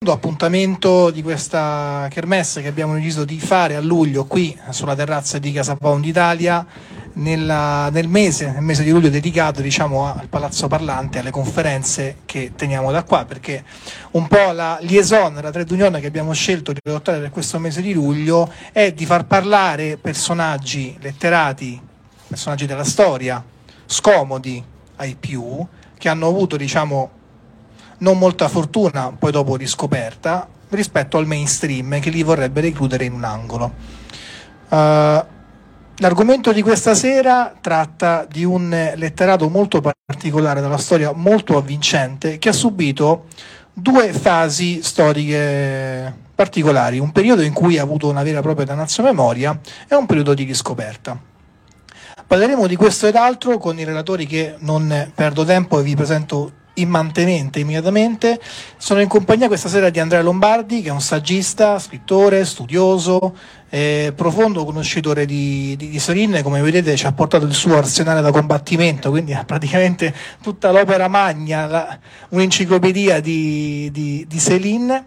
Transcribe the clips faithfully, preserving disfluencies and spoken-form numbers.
appuntamento di questa kermesse che abbiamo deciso di fare a luglio qui sulla terrazza di Casa Pound Italia, nella, nel, mese, nel mese di luglio dedicato, diciamo, al Palazzo Parlante, alle conferenze che teniamo da qua, perché un po' la liaison, la trade union che abbiamo scelto di adottare per questo mese di luglio è di far parlare personaggi letterati, personaggi della storia, scomodi ai più, che hanno avuto, diciamo, non molta fortuna, poi dopo riscoperta, rispetto al mainstream che li vorrebbe recludere in un angolo. Uh, l'argomento di questa sera tratta di un letterato molto particolare, dalla storia molto avvincente, che ha subito due fasi storiche particolari, un periodo in cui ha avuto una vera e propria damnazio memoria e un periodo di riscoperta. Parleremo di questo ed altro con i relatori, che non perdo tempo e vi presento immantenente, immediatamente. Sono in compagnia questa sera di Andrea Lombardi, che è un saggista, scrittore, studioso, eh, profondo conoscitore di, di, di Céline. Come vedete ci ha portato il suo arsenale da combattimento, quindi ha praticamente tutta l'opera magna, la, un'enciclopedia di, di, di Céline.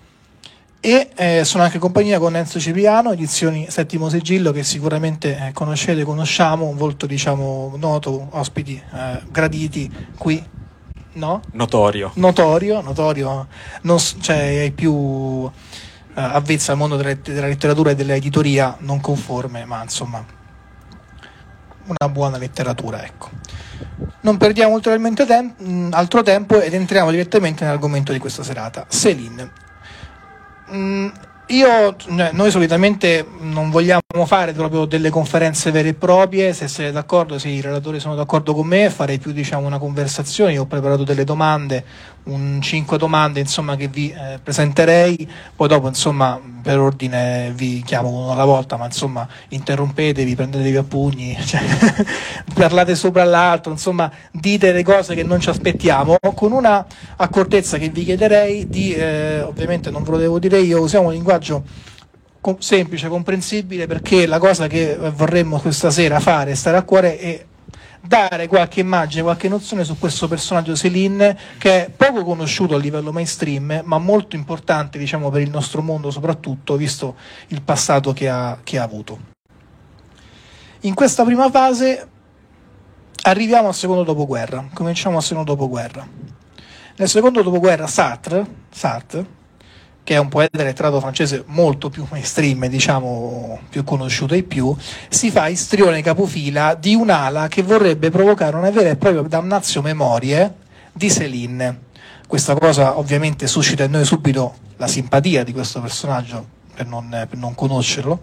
E eh, sono anche in compagnia con Enzo Cipriano, edizioni Settimo Sigillo, che sicuramente eh, conoscete, conosciamo, un volto, diciamo, noto, ospiti eh, graditi qui. No? Notorio. Notorio, notorio, non, cioè è più uh, avvezza al mondo della, della letteratura e dell'editoria, non conforme, ma insomma una buona letteratura, ecco. Non perdiamo ulteriormente tem- altro tempo ed entriamo direttamente nell'argomento di questa serata. Céline. Mm, io, noi solitamente non vogliamo fare proprio delle conferenze vere e proprie. Se siete d'accordo, se i relatori sono d'accordo con me, farei più, diciamo, una conversazione. Io ho preparato delle domande, un cinque domande, insomma, che vi eh, presenterei, poi dopo, insomma, per ordine vi chiamo uno alla volta, ma insomma interrompetevi, prendetevi a pugni, cioè, parlate sopra l'altro, insomma dite le cose che non ci aspettiamo, con una accortezza che vi chiederei di, eh, ovviamente non ve lo devo dire io, usiamo un linguaggio com- semplice, comprensibile, perché la cosa che vorremmo questa sera fare, stare a cuore, è dare qualche immagine, qualche nozione su questo personaggio Céline, che è poco conosciuto a livello mainstream, ma molto importante, diciamo, per il nostro mondo, soprattutto visto il passato che ha, che ha avuto. In questa prima fase arriviamo al secondo dopoguerra, cominciamo al secondo dopoguerra. Nel secondo dopoguerra Sartre, Sartre che è un poeta letterato francese molto più mainstream, diciamo più conosciuto ai più, si fa istrione capofila di un'ala che vorrebbe provocare una vera e propria damnatio memorie di Céline. Questa cosa ovviamente suscita in noi subito la simpatia di questo personaggio, per non, per non conoscerlo,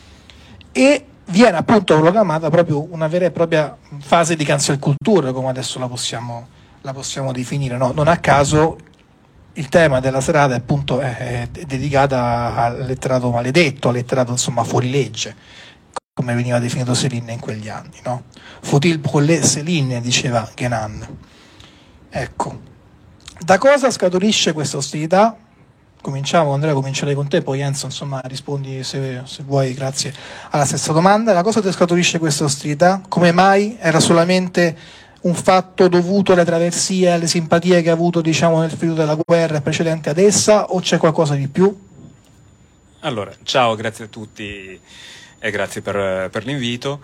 e viene appunto proclamata proprio una vera e propria fase di cancel culture, come adesso la possiamo, la possiamo definire, no? Non a caso il tema della serata è appunto è, è dedicata al letterato maledetto, al letterato, insomma, fuorilegge, come veniva definito Céline in quegli anni, no? Faut-il brûler Céline, diceva Guénan. Ecco, da cosa scaturisce questa ostilità? Cominciamo, Andrea, comincerei con te, poi Enzo, insomma, rispondi se, se vuoi, grazie, alla stessa domanda. Da cosa ti scaturisce questa ostilità? Come mai? Era solamente un fatto dovuto alle traversie, alle simpatie che ha avuto, diciamo, nel periodo della guerra precedente ad essa, o c'è qualcosa di più? Allora, ciao, grazie a tutti e grazie per, per l'invito.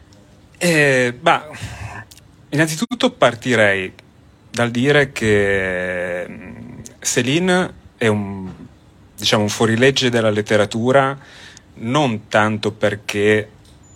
E, bah, innanzitutto partirei dal dire che Céline è un, diciamo, un fuorilegge della letteratura, non tanto perché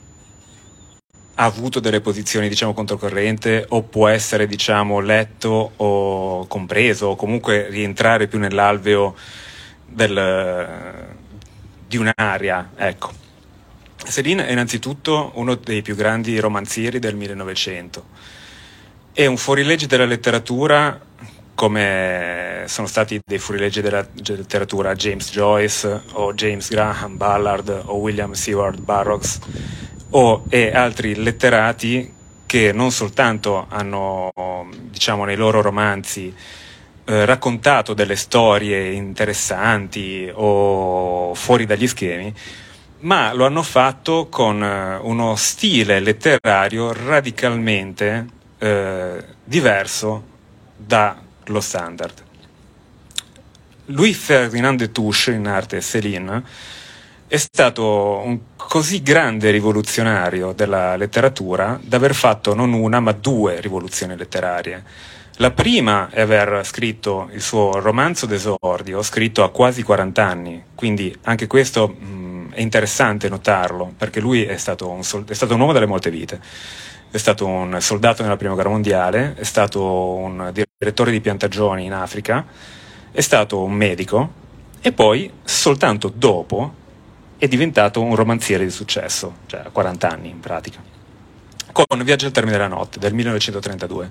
ha avuto delle posizioni, diciamo, controcorrente, o può essere, diciamo, letto o compreso, o comunque rientrare più nell'alveo del, di un'area, ecco. Céline è innanzitutto uno dei più grandi romanzieri del millenovecento. È un fuorilegge della letteratura, come sono stati dei fuorileggi della letteratura James Joyce o James Graham Ballard o William Seward Burroughs o e altri letterati che non soltanto hanno, diciamo, nei loro romanzi eh, raccontato delle storie interessanti o fuori dagli schemi, ma lo hanno fatto con uno stile letterario radicalmente eh, diverso dallo standard. Louis-Ferdinand Destouches, in arte Céline, è stato un così grande rivoluzionario della letteratura da aver fatto non una ma due rivoluzioni letterarie. La prima è aver scritto il suo romanzo d'esordio, scritto a quasi quaranta anni, quindi anche questo mh, è interessante notarlo, perché lui è stato, un sol- è stato un uomo delle molte vite. È stato un soldato nella prima guerra mondiale, è stato un direttore di piantagioni in Africa, è stato un medico e poi soltanto dopo è diventato un romanziere di successo, cioè a quaranta anni in pratica, con Viaggio al termine della notte del millenovecentotrentadue,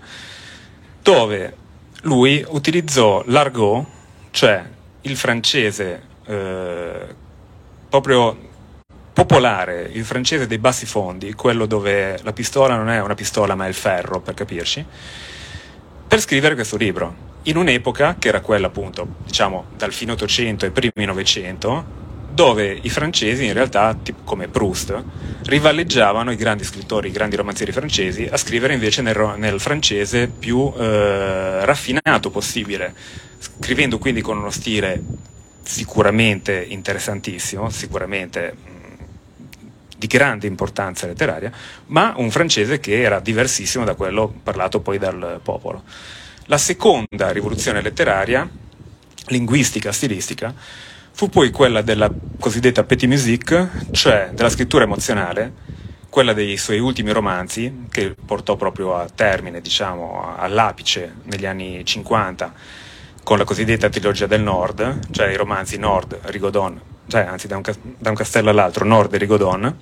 dove lui utilizzò l'argot, cioè il francese eh, proprio popolare, il francese dei bassi fondi, quello dove la pistola non è una pistola ma è il ferro, per capirci, per scrivere questo libro, in un'epoca che era quella appunto, diciamo, dal fine Ottocento ai primi Novecento, dove i francesi in realtà, tipo come Proust, rivalleggiavano i grandi scrittori, i grandi romanzieri francesi a scrivere invece nel, nel francese più eh, raffinato possibile, scrivendo quindi con uno stile sicuramente interessantissimo, sicuramente mh, di grande importanza letteraria, ma un francese che era diversissimo da quello parlato poi dal popolo. La seconda rivoluzione letteraria, linguistica, stilistica, fu poi quella della cosiddetta petit musique, cioè della scrittura emozionale, quella dei suoi ultimi romanzi, che portò proprio a termine, diciamo, all'apice negli anni cinquanta, con la cosiddetta trilogia del Nord, cioè i romanzi Nord, Rigodon, cioè anzi da un, da un castello all'altro, Nord e Rigodon,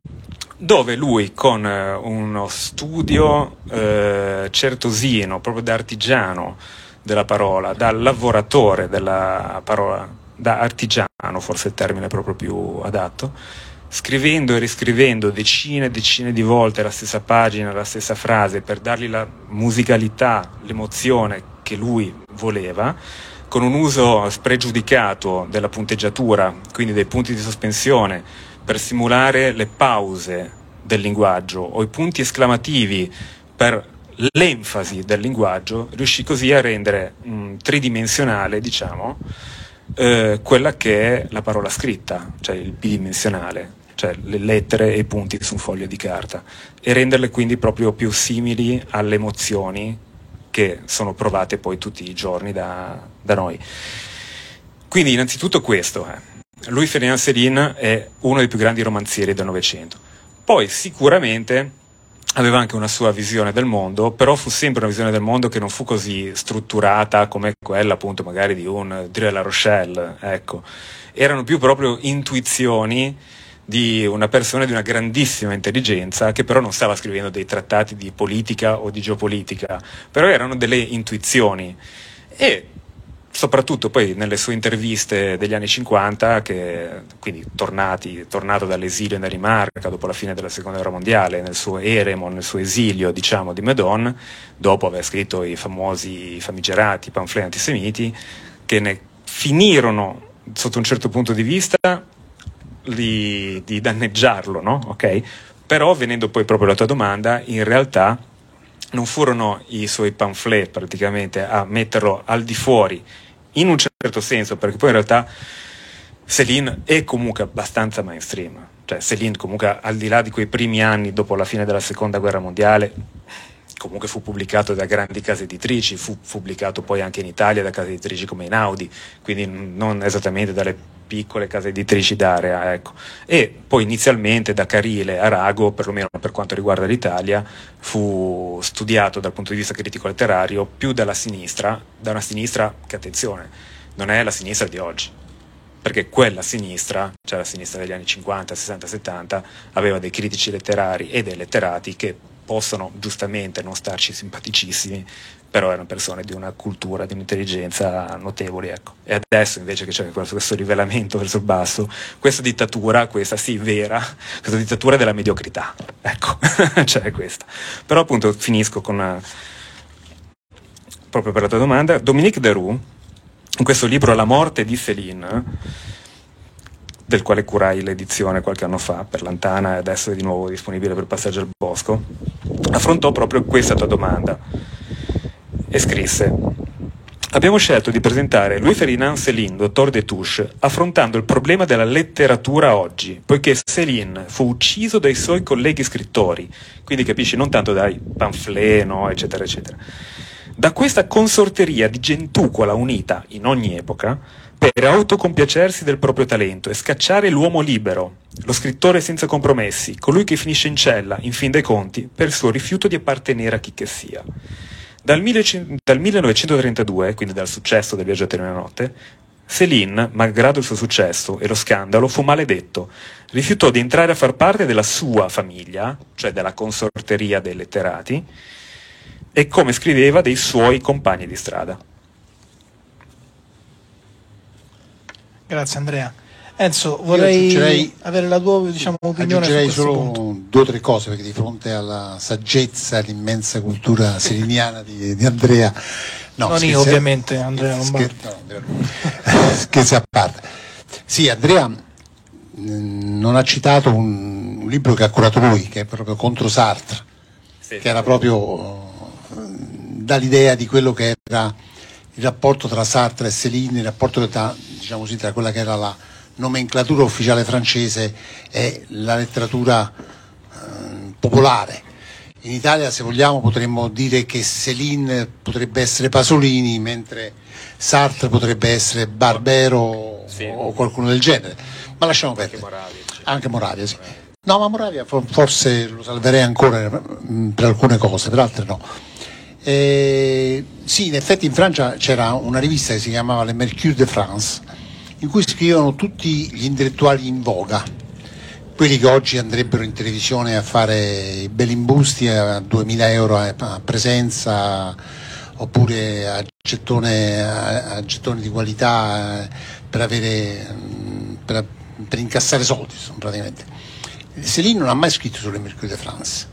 dove lui con eh, uno studio eh, certosino, proprio da artigiano della parola, da lavoratore della parola, da artigiano, forse il termine è proprio più adatto, scrivendo e riscrivendo decine e decine di volte la stessa pagina, la stessa frase, per dargli la musicalità, l'emozione che lui voleva, con un uso spregiudicato della punteggiatura, quindi dei punti di sospensione, per simulare le pause del linguaggio o i punti esclamativi per l'enfasi del linguaggio, riuscì così a rendere mh, tridimensionale, diciamo, eh, quella che è la parola scritta, cioè il bidimensionale, cioè le lettere e i punti su un foglio di carta, e renderle quindi proprio più simili alle emozioni che sono provate poi tutti i giorni da, da noi. Quindi innanzitutto questo è. Eh. Louis-Ferdinand Céline è uno dei più grandi romanzieri del Novecento. Poi sicuramente aveva anche una sua visione del mondo, però fu sempre una visione del mondo che non fu così strutturata come quella appunto magari di un Dire La Rochelle, ecco. Erano più proprio intuizioni di una persona di una grandissima intelligenza, che però non stava scrivendo dei trattati di politica o di geopolitica, però erano delle intuizioni. E soprattutto poi nelle sue interviste degli anni cinquanta, che quindi tornati, tornato dall'esilio in Danimarca dopo la fine della seconda guerra mondiale, nel suo eremo, nel suo esilio, diciamo, di Meudon, dopo aver scritto i famosi famigerati pamphlet antisemiti, che ne finirono sotto un certo punto di vista di, di danneggiarlo, no? Ok? Però, venendo poi proprio alla tua domanda, in realtà non furono i suoi pamphlet praticamente a metterlo al di fuori, in un certo senso, perché poi in realtà Céline è comunque abbastanza mainstream, cioè Céline comunque, al di là di quei primi anni dopo la fine della seconda guerra mondiale, comunque fu pubblicato da grandi case editrici, fu pubblicato poi anche in Italia da case editrici come Einaudi, quindi non esattamente dalle piccole case editrici d'area, ecco. E poi inizialmente da Carile a Rago, perlomeno per quanto riguarda l'Italia, fu studiato dal punto di vista critico letterario più dalla sinistra, da una sinistra che, attenzione, non è la sinistra di oggi, perché quella sinistra, cioè la sinistra degli anni cinquanta, sessanta, settanta, aveva dei critici letterari e dei letterati che possono giustamente non starci simpaticissimi, però erano persone di una cultura, di un'intelligenza notevoli, ecco. E adesso invece che c'è questo rivelamento verso il basso, questa dittatura, questa sì vera, questa dittatura della mediocrità, ecco, c'è questa. Però appunto finisco con una, proprio per la tua domanda, Dominique Deroux, in questo libro La morte di Céline, del quale curai l'edizione qualche anno fa per Lantana e adesso è di nuovo disponibile per Passaggio al Bosco, affrontò proprio questa tua domanda e scrisse: abbiamo scelto di presentare Louis-Ferdinand Céline, dottor Destouches, affrontando il problema della letteratura oggi, poiché Céline fu ucciso dai suoi colleghi scrittori, quindi capisci, non tanto dai pamphlet, no, eccetera, eccetera. Da questa consorteria di gentucola unita in ogni epoca per autocompiacersi del proprio talento e scacciare l'uomo libero, lo scrittore senza compromessi, colui che finisce in cella, in fin dei conti, per il suo rifiuto di appartenere a chi che sia. Dal, dal millenovecentotrentadue, quindi dal successo del Viaggiatore nella notte, Céline, malgrado il suo successo e lo scandalo, fu maledetto. Rifiutò di entrare a far parte della sua famiglia, cioè della consorteria dei letterati, e, come scriveva, dei suoi compagni di strada. Grazie Andrea. Enzo, vorrei avere la tua, diciamo, opinione su questo solo punto. due o tre cose, perché di fronte alla saggezza, all'immensa cultura siriniana di, di Andrea, no, non scherzi, io ovviamente, Andrea Lombardi. Scherzi, no, scherzi a parte. Sì, Andrea mh, non ha citato un, un libro che ha curato lui, che è proprio contro Sartre, sì, che era proprio uh, dall'idea di quello che era il rapporto tra Sartre e Céline, il rapporto tra, diciamo così, tra quella che era la nomenclatura ufficiale francese e la letteratura eh, popolare. In Italia, se vogliamo, potremmo dire che Céline potrebbe essere Pasolini, mentre Sartre potrebbe essere Barbero, sì, o qualcuno del genere. Ma lasciamo perdere. Anche Moravia. Anche Moravia, sì. No, ma Moravia forse lo salverei ancora per alcune cose, per altre no. Eh, sì, in effetti in Francia c'era una rivista che si chiamava Le Mercure de France, in cui scrivevano tutti gli intellettuali in voga, quelli che oggi andrebbero in televisione a fare i belli imbusti a duemila euro a presenza, oppure a gettone, a gettoni di qualità per, avere, per, per incassare soldi, praticamente. Céline non ha mai scritto sulle Mercure de France,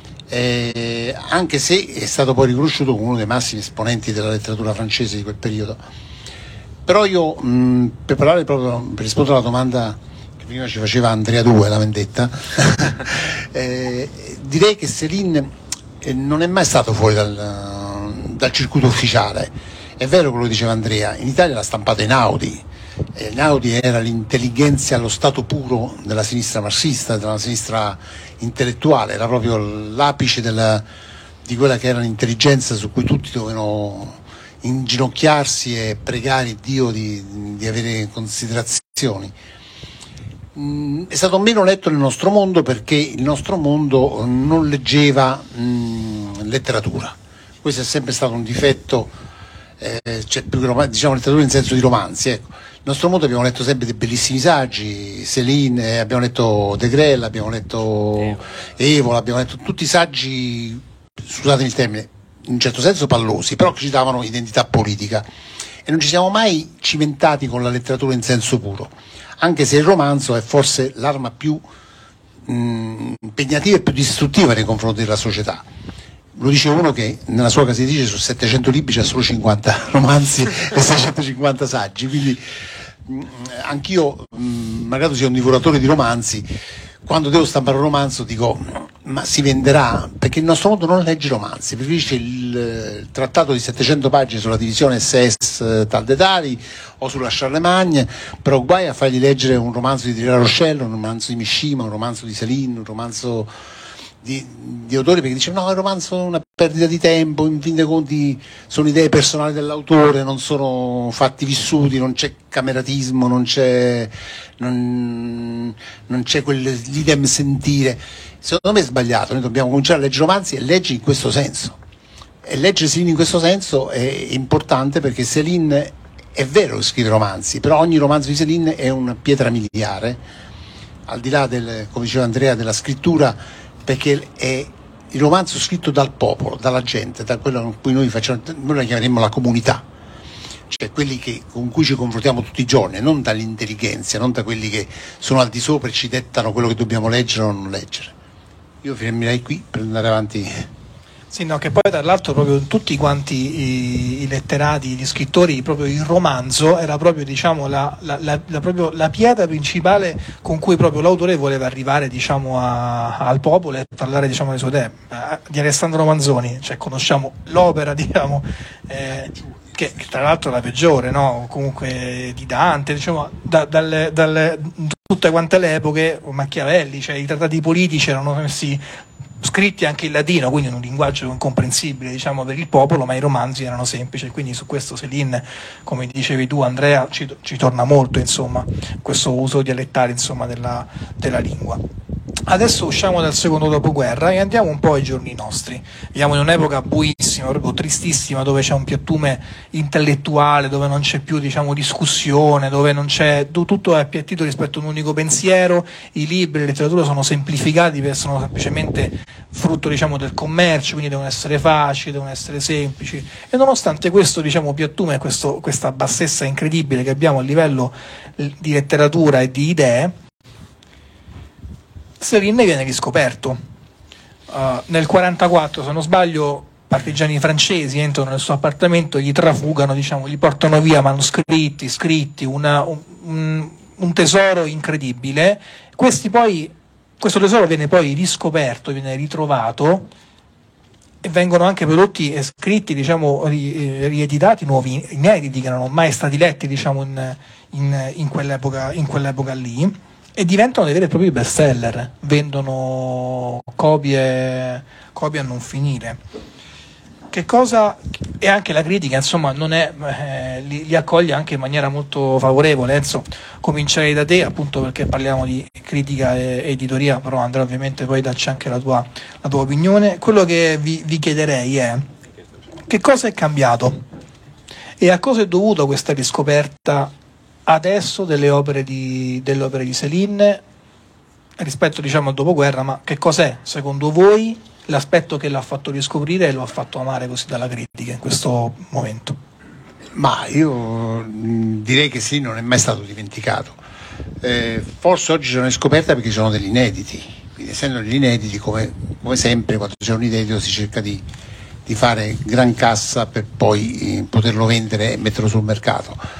eh, anche se è stato poi riconosciuto come uno dei massimi esponenti della letteratura francese di quel periodo. Però io, mh, per parlare proprio, per rispondere alla domanda che prima ci faceva Andrea due, la vendetta, eh, direi che Céline eh, non è mai stato fuori dal, dal circuito ufficiale. È vero quello che diceva Andrea, in Italia l'ha stampato Einaudi. Einaudi era l'intelligenza allo stato puro della sinistra marxista, della sinistra intellettuale, era proprio l'apice della, di quella che era l'intelligenza su cui tutti dovevano inginocchiarsi e pregare Dio di, di avere considerazioni. Mm, è stato meno letto nel nostro mondo perché il nostro mondo non leggeva mm, letteratura. Questo è sempre stato un difetto, eh, cioè, più che, diciamo, letteratura in senso di romanzi, ecco. Nel nostro mondo abbiamo letto sempre dei bellissimi saggi, Céline, abbiamo letto De Grelle, abbiamo letto Evola, abbiamo letto tutti i saggi, scusatemi il termine, in un certo senso pallosi, però che ci davano identità politica, e non ci siamo mai cimentati con la letteratura in senso puro, anche se il romanzo è forse l'arma più mh, impegnativa e più distruttiva nei confronti della società. Lo dice uno che nella sua casa editrice su settecento libri c'ha solo cinquanta romanzi e seicentocinquanta saggi, quindi mh, anch'io, mh, magari sia un divoratore di romanzi, quando devo stampare un romanzo dico ma si venderà? Perché il nostro mondo non legge romanzi, preferisce il, il trattato di settecento pagine sulla divisione S S tal dei tali o sulla Charlemagne, però guai a fargli leggere un romanzo di La Rochelle, un romanzo di Mishima, un romanzo di Céline, un romanzo di, di autori, perché dice no, il romanzo è una perdita di tempo, in fin dei conti sono idee personali dell'autore, non sono fatti vissuti, non c'è cameratismo, non c'è non, non c'è quell'idem sentire. Secondo me è sbagliato, noi dobbiamo cominciare a leggere romanzi e leggere in questo senso, e leggere Céline in questo senso è importante, perché Céline è vero che scrive romanzi, però ogni romanzo di Céline è una pietra miliare, al di là del, come diceva Andrea, della scrittura, perché è il romanzo scritto dal popolo, dalla gente, da quello con cui noi facciamo, noi la chiameremmo la comunità, cioè quelli che, con cui ci confrontiamo tutti i giorni, non dall'intelligenza, non da quelli che sono al di sopra e ci dettano quello che dobbiamo leggere o non leggere. Io fermerei qui per andare avanti. Sì, no, che poi tra l'altro proprio tutti quanti i, i letterati, gli scrittori, proprio il romanzo era proprio, diciamo, la, la, la, la, proprio la pietra principale con cui proprio l'autore voleva arrivare, diciamo, a, al popolo e parlare, diciamo, delle sue idee. Di Alessandro Manzoni, cioè conosciamo l'opera, diciamo, eh, che, che tra l'altro è la peggiore, no? Comunque di Dante, diciamo, da, dalle, dalle, tutte quante le epoche, Machiavelli, cioè i trattati politici erano messi, scritti anche in latino, quindi in un linguaggio incomprensibile, diciamo, per il popolo, ma i romanzi erano semplici, quindi su questo Céline, come dicevi tu Andrea, ci, ci torna molto, insomma, questo uso dialettale, insomma, della, della lingua. Adesso usciamo dal secondo dopoguerra e andiamo un po' ai giorni nostri. Viviamo in un'epoca buissima, proprio tristissima, dove c'è un piattume intellettuale, dove non c'è più, diciamo, discussione, dove non c'è, tutto è appiattito rispetto a un unico pensiero, i libri, la letteratura sono semplificati, perché sono semplicemente frutto, diciamo, del commercio, quindi devono essere facili, devono essere semplici, e nonostante questo, diciamo, piattume, questo, questa bassezza incredibile che abbiamo a livello di letteratura e di idee, Céline viene riscoperto. Uh, nel quarantaquattro, se non sbaglio, partigiani francesi entrano nel suo appartamento, gli trafugano, diciamo, gli portano via manoscritti, scritti, una, un, un tesoro incredibile. Questi poi, questo tesoro viene poi riscoperto, viene ritrovato e vengono anche prodotti e scritti, diciamo, ri, rieditati, nuovi, inediti, che non erano mai stati letti, diciamo, in, in, in, quell'epoca, in quell'epoca lì. E diventano dei veri e propri bestseller, vendono copie, copie a non finire. Che cosa, e anche la critica, insomma, non è, eh, li, li accoglie anche in maniera molto favorevole. Enzo, comincerei da te, appunto perché parliamo di critica e editoria, però Andrea ovviamente poi dacci anche la tua, la tua opinione. Quello che vi, vi chiederei è: che cosa è cambiato e a cosa è dovuto questa riscoperta adesso delle opere di, delle opere di Céline rispetto, diciamo, al dopoguerra? Ma che cos'è secondo voi l'aspetto che l'ha fatto riscoprire e lo ha fatto amare così dalla critica in questo momento? Ma io direi che sì, non è mai stato dimenticato. Eh, forse oggi c'è una scoperta perché ci sono degli inediti, quindi essendo degli inediti, come, come sempre quando c'è un inedito si cerca di, di fare gran cassa per poi eh, poterlo vendere e metterlo sul mercato.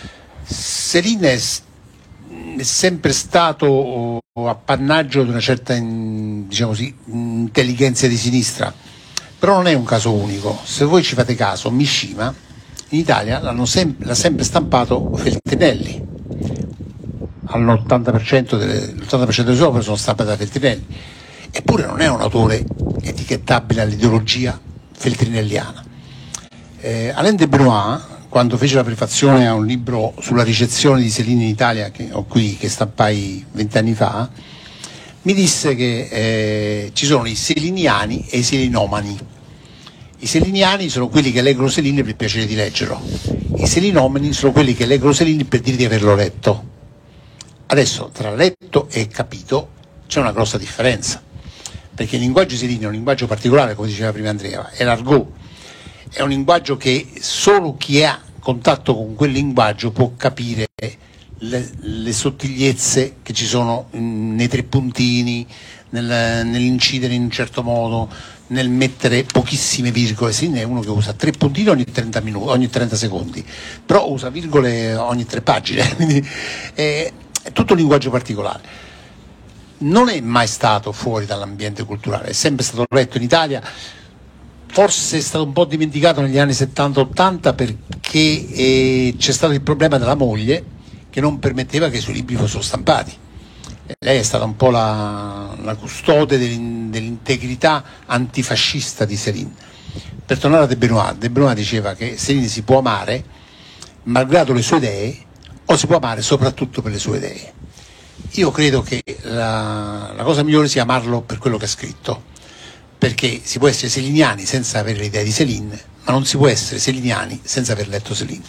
Céline è, è sempre stato appannaggio di una certa, diciamo così, intelligenza di sinistra, però non è un caso unico. Se voi ci fate caso, Mishima in Italia l'hanno sem- l'ha sempre stampato Feltrinelli, all'ottanta per cento delle, l'ottanta per cento delle sue opere sono stampate da Feltrinelli, eppure non è un autore etichettabile all'ideologia feltrinelliana. eh, Alain de Benoist, quando fece la prefazione a un libro sulla ricezione di Céline in Italia, che ho qui, che stampai vent'anni fa, mi disse che eh, ci sono i celiniani e i celinomani. I celiniani sono quelli che leggono Céline per il piacere di leggerlo, i celinomani sono quelli che leggono Céline per dire di averlo letto. Adesso tra letto e capito c'è una grossa differenza, perché il linguaggio di Céline è un linguaggio particolare, come diceva prima Andrea, è l'argot. È un linguaggio che solo chi ha contatto con quel linguaggio può capire le, le sottigliezze che ci sono in, nei tre puntini, nel, nell'incidere in un certo modo, nel mettere pochissime virgole. Sì, è uno che usa tre puntini ogni trenta minuti, ogni trenta secondi, però usa virgole ogni tre pagine, quindi è, è tutto un linguaggio particolare. Non è mai stato fuori dall'ambiente culturale, è sempre stato letto in Italia. Forse è stato un po' dimenticato negli anni settanta ottanta perché eh, c'è stato il problema della moglie che non permetteva che i suoi libri fossero stampati. E lei è stata un po' la, la custode dell'in, dell'integrità antifascista di Céline. Per tornare a de Benoist, de Benoist diceva che Céline si può amare malgrado le sue idee o si può amare soprattutto per le sue idee. Io credo che la, la cosa migliore sia amarlo per quello che ha scritto, perché si può essere celiniani senza avere l'idea di Céline, ma non si può essere celiniani senza aver letto Céline.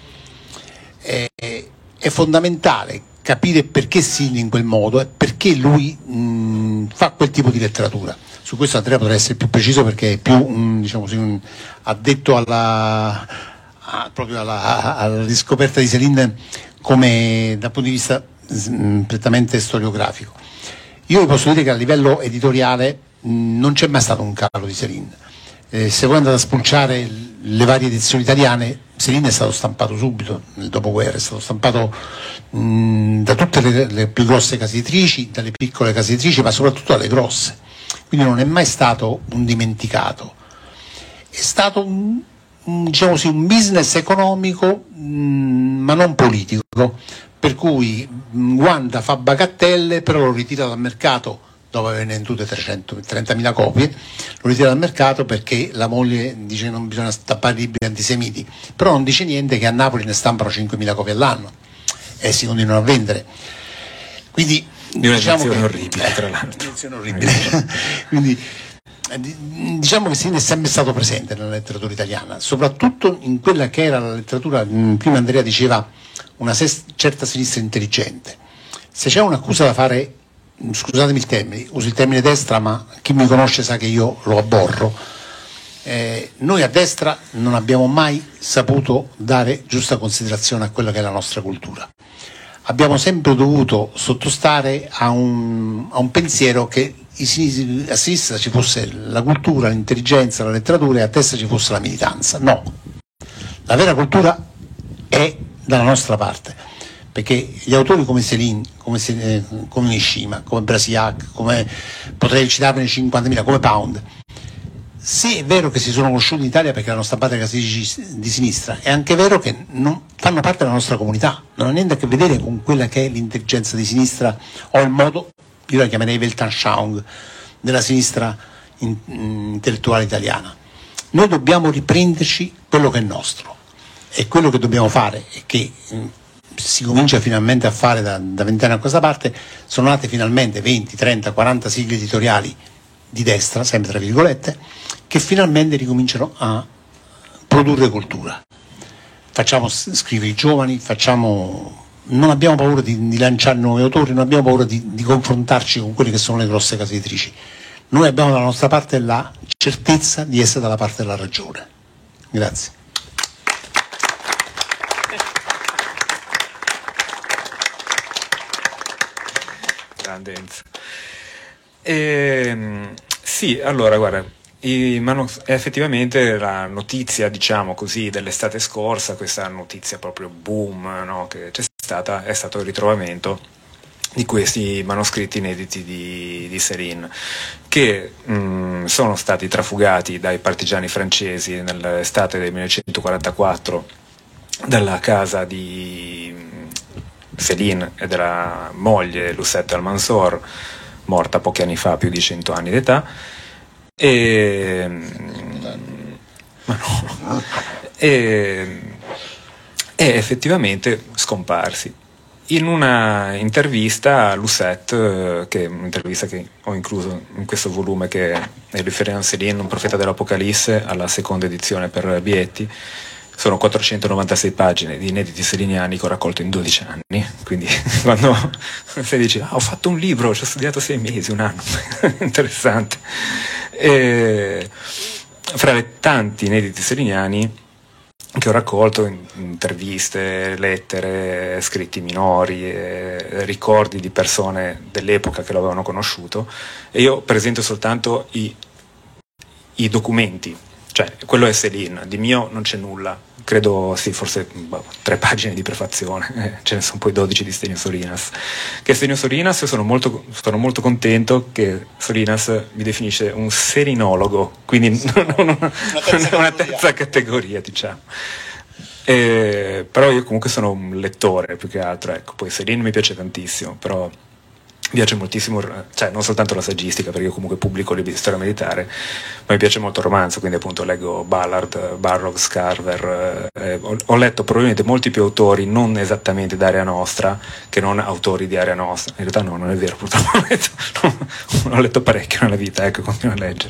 È, è fondamentale capire perché Céline in quel modo e perché lui mh, fa quel tipo di letteratura. Su questo Andrea potrà essere più preciso perché è più mh, diciamo così, un, addetto alla, a, proprio alla, alla riscoperta di Céline come dal punto di vista mh, prettamente storiografico. Io vi posso dire che a livello editoriale non c'è mai stato un calo di Céline. Eh, se voi andate a spulciare le varie edizioni italiane, Céline è stato stampato subito nel dopoguerra, è stato stampato mh, da tutte le, le più grosse case editrici, dalle piccole case editrici, ma soprattutto dalle grosse. Quindi non è mai stato un dimenticato. È stato un, diciamo così, un business economico mh, ma non politico, per cui mh, Wanda fa bagattelle, però lo ritira dal mercato dopo aver vendute trecentotrentamila copie, lo ritira dal mercato perché la moglie dice che non bisogna stampare libri antisemiti, però non dice niente che a Napoli ne stampano cinquemila copie all'anno e si continuano a vendere. Quindi di una diciamo che, orribile, tra l'altro. Orribile. Quindi diciamo che Selin è sempre stato presente nella letteratura italiana, soprattutto in quella che era la letteratura, prima Andrea diceva una certa sinistra intelligente. Se c'è un'accusa da fare, scusatemi il termine, uso il termine destra, ma chi mi conosce sa che io lo abborro, eh, noi a destra non abbiamo mai saputo dare giusta considerazione a quella che è la nostra cultura. Abbiamo sempre dovuto sottostare a un, a un pensiero che a sinistra ci fosse la cultura, l'intelligenza, la letteratura e a destra ci fosse la militanza. No, la vera cultura è dalla nostra parte, perché gli autori come Selin, come, eh, come Mishima, come Brasiac, come potrei citarne cinquantamila, come Pound, sì, è vero che si sono conosciuti in Italia perché erano stampate case di sinistra, è anche vero che non fanno parte della nostra comunità, non ha niente a che vedere con quella che è l'intelligenza di sinistra o il modo, io la chiamerei Weltanschauung, della sinistra in, in, intellettuale italiana. Noi dobbiamo riprenderci quello che è nostro e quello che dobbiamo fare e che mh, si comincia finalmente a fare da, da vent'anni a questa parte, sono nate finalmente venti, trenta, quaranta sigle editoriali di destra, sempre tra virgolette, che finalmente ricominciano a produrre cultura. Facciamo scrivere i giovani, facciamo, non abbiamo paura di, di lanciare nuovi autori, non abbiamo paura di, di confrontarci con quelle che sono le grosse case editrici. Noi abbiamo dalla nostra parte la certezza di essere dalla parte della ragione. Grazie. Grande Enzo. Ehm, sì, allora guarda, i manus- effettivamente la notizia, diciamo così, dell'estate scorsa, questa notizia proprio boom, no, che c'è stata, è stato il ritrovamento di questi manoscritti inediti di, di Selin, che mh, sono stati trafugati dai partigiani francesi nell'estate del millenovecentoquarantaquattro dalla casa di Selin e della moglie Lucette Almansor, morta pochi anni fa, più di cento anni d'età, e, ma no, e, e effettivamente scomparsi. In una intervista a Lucette, che è un'intervista che ho incluso in questo volume che è Riferent Selin, un profeta dell'Apocalisse, alla seconda edizione per Bietti, sono quattrocentonovantasei pagine di inediti seliniani che ho raccolto in dodici anni, quindi quando si dice ah, ho fatto un libro, ci ho studiato sei mesi, un anno, interessante. E fra le tanti inediti seliniani che ho raccolto, in interviste, lettere, scritti minori, eh, ricordi di persone dell'epoca che lo avevano conosciuto, e io presento soltanto i, i documenti. Cioè, quello è Selin, di mio non c'è nulla, credo sì, forse boh, tre pagine di prefazione, eh, ce ne sono poi dodici di Stênio Sorinas. Che Stênio Sorinas, sono molto, sono molto contento che Sorinas mi definisce un selinologo, quindi sì, non, non, una, terza una terza categoria, diciamo. Eh, però io comunque sono un lettore più che altro, ecco, poi Selin mi piace tantissimo, però mi piace moltissimo, cioè non soltanto la saggistica, perché io comunque pubblico libri di storia militare, ma mi piace molto il romanzo, quindi appunto leggo Ballard, Burroughs, Carver, eh, ho, ho letto probabilmente molti più autori non esattamente d'area nostra che non autori di area nostra. In realtà no, non è vero, purtroppo ho letto, non, ho letto parecchio nella vita, ecco, continuo a leggere.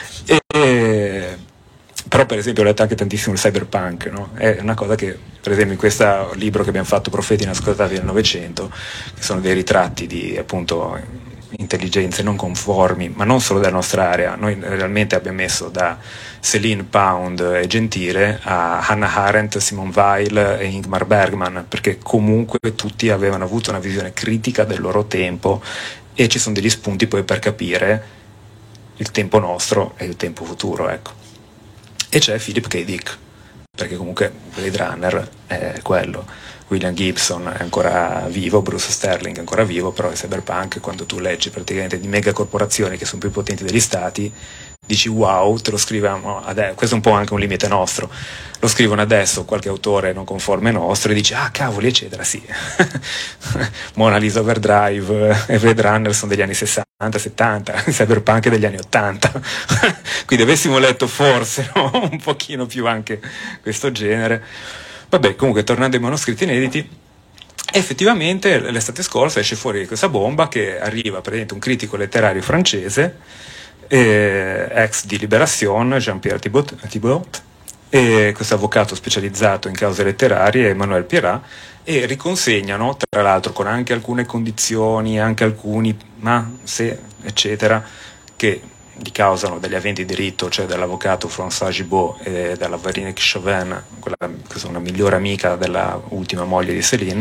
E, però per esempio ho letto anche tantissimo il cyberpunk, no? È una cosa che per esempio in questo libro che abbiamo fatto, Profeti inascoltati del Novecento, che sono dei ritratti di appunto intelligenze non conformi, ma non solo della nostra area, noi realmente abbiamo messo da Selin, Pound e Gentile a Hannah Arendt, Simone Weil e Ingmar Bergman, perché comunque tutti avevano avuto una visione critica del loro tempo e ci sono degli spunti poi per capire il tempo nostro e il tempo futuro, ecco. E c'è Philip K. Dick, perché comunque Blade Runner è quello, William Gibson è ancora vivo, Bruce Sterling è ancora vivo, però il cyberpunk, quando tu leggi praticamente di megacorporazioni che sono più potenti degli stati, dici wow, te lo scriviamo adesso. Questo è un po' anche un limite nostro, lo scrivono adesso qualche autore non conforme nostro e dici ah cavoli eccetera, sì. Mona Lisa Overdrive e Blade Runner sono degli anni sessanta settanta, Cyberpunk è degli anni ottanta. Quindi avessimo letto forse, no? Un pochino più anche questo genere. Vabbè, comunque tornando ai manoscritti inediti, effettivamente l'estate scorsa esce fuori questa bomba che arriva praticamente un critico letterario francese, Eh, ex di Libération, Jean-Pierre Thibault, Thibault, e questo avvocato specializzato in cause letterarie, Emmanuel Pierrat, e riconsegnano, tra l'altro con anche alcune condizioni, anche alcuni ma se eccetera, che gli causano degli aventi diritto, cioè dell'avvocato François Gibault e della Véronique Chauvin, quella che è una migliore amica della ultima moglie di Céline,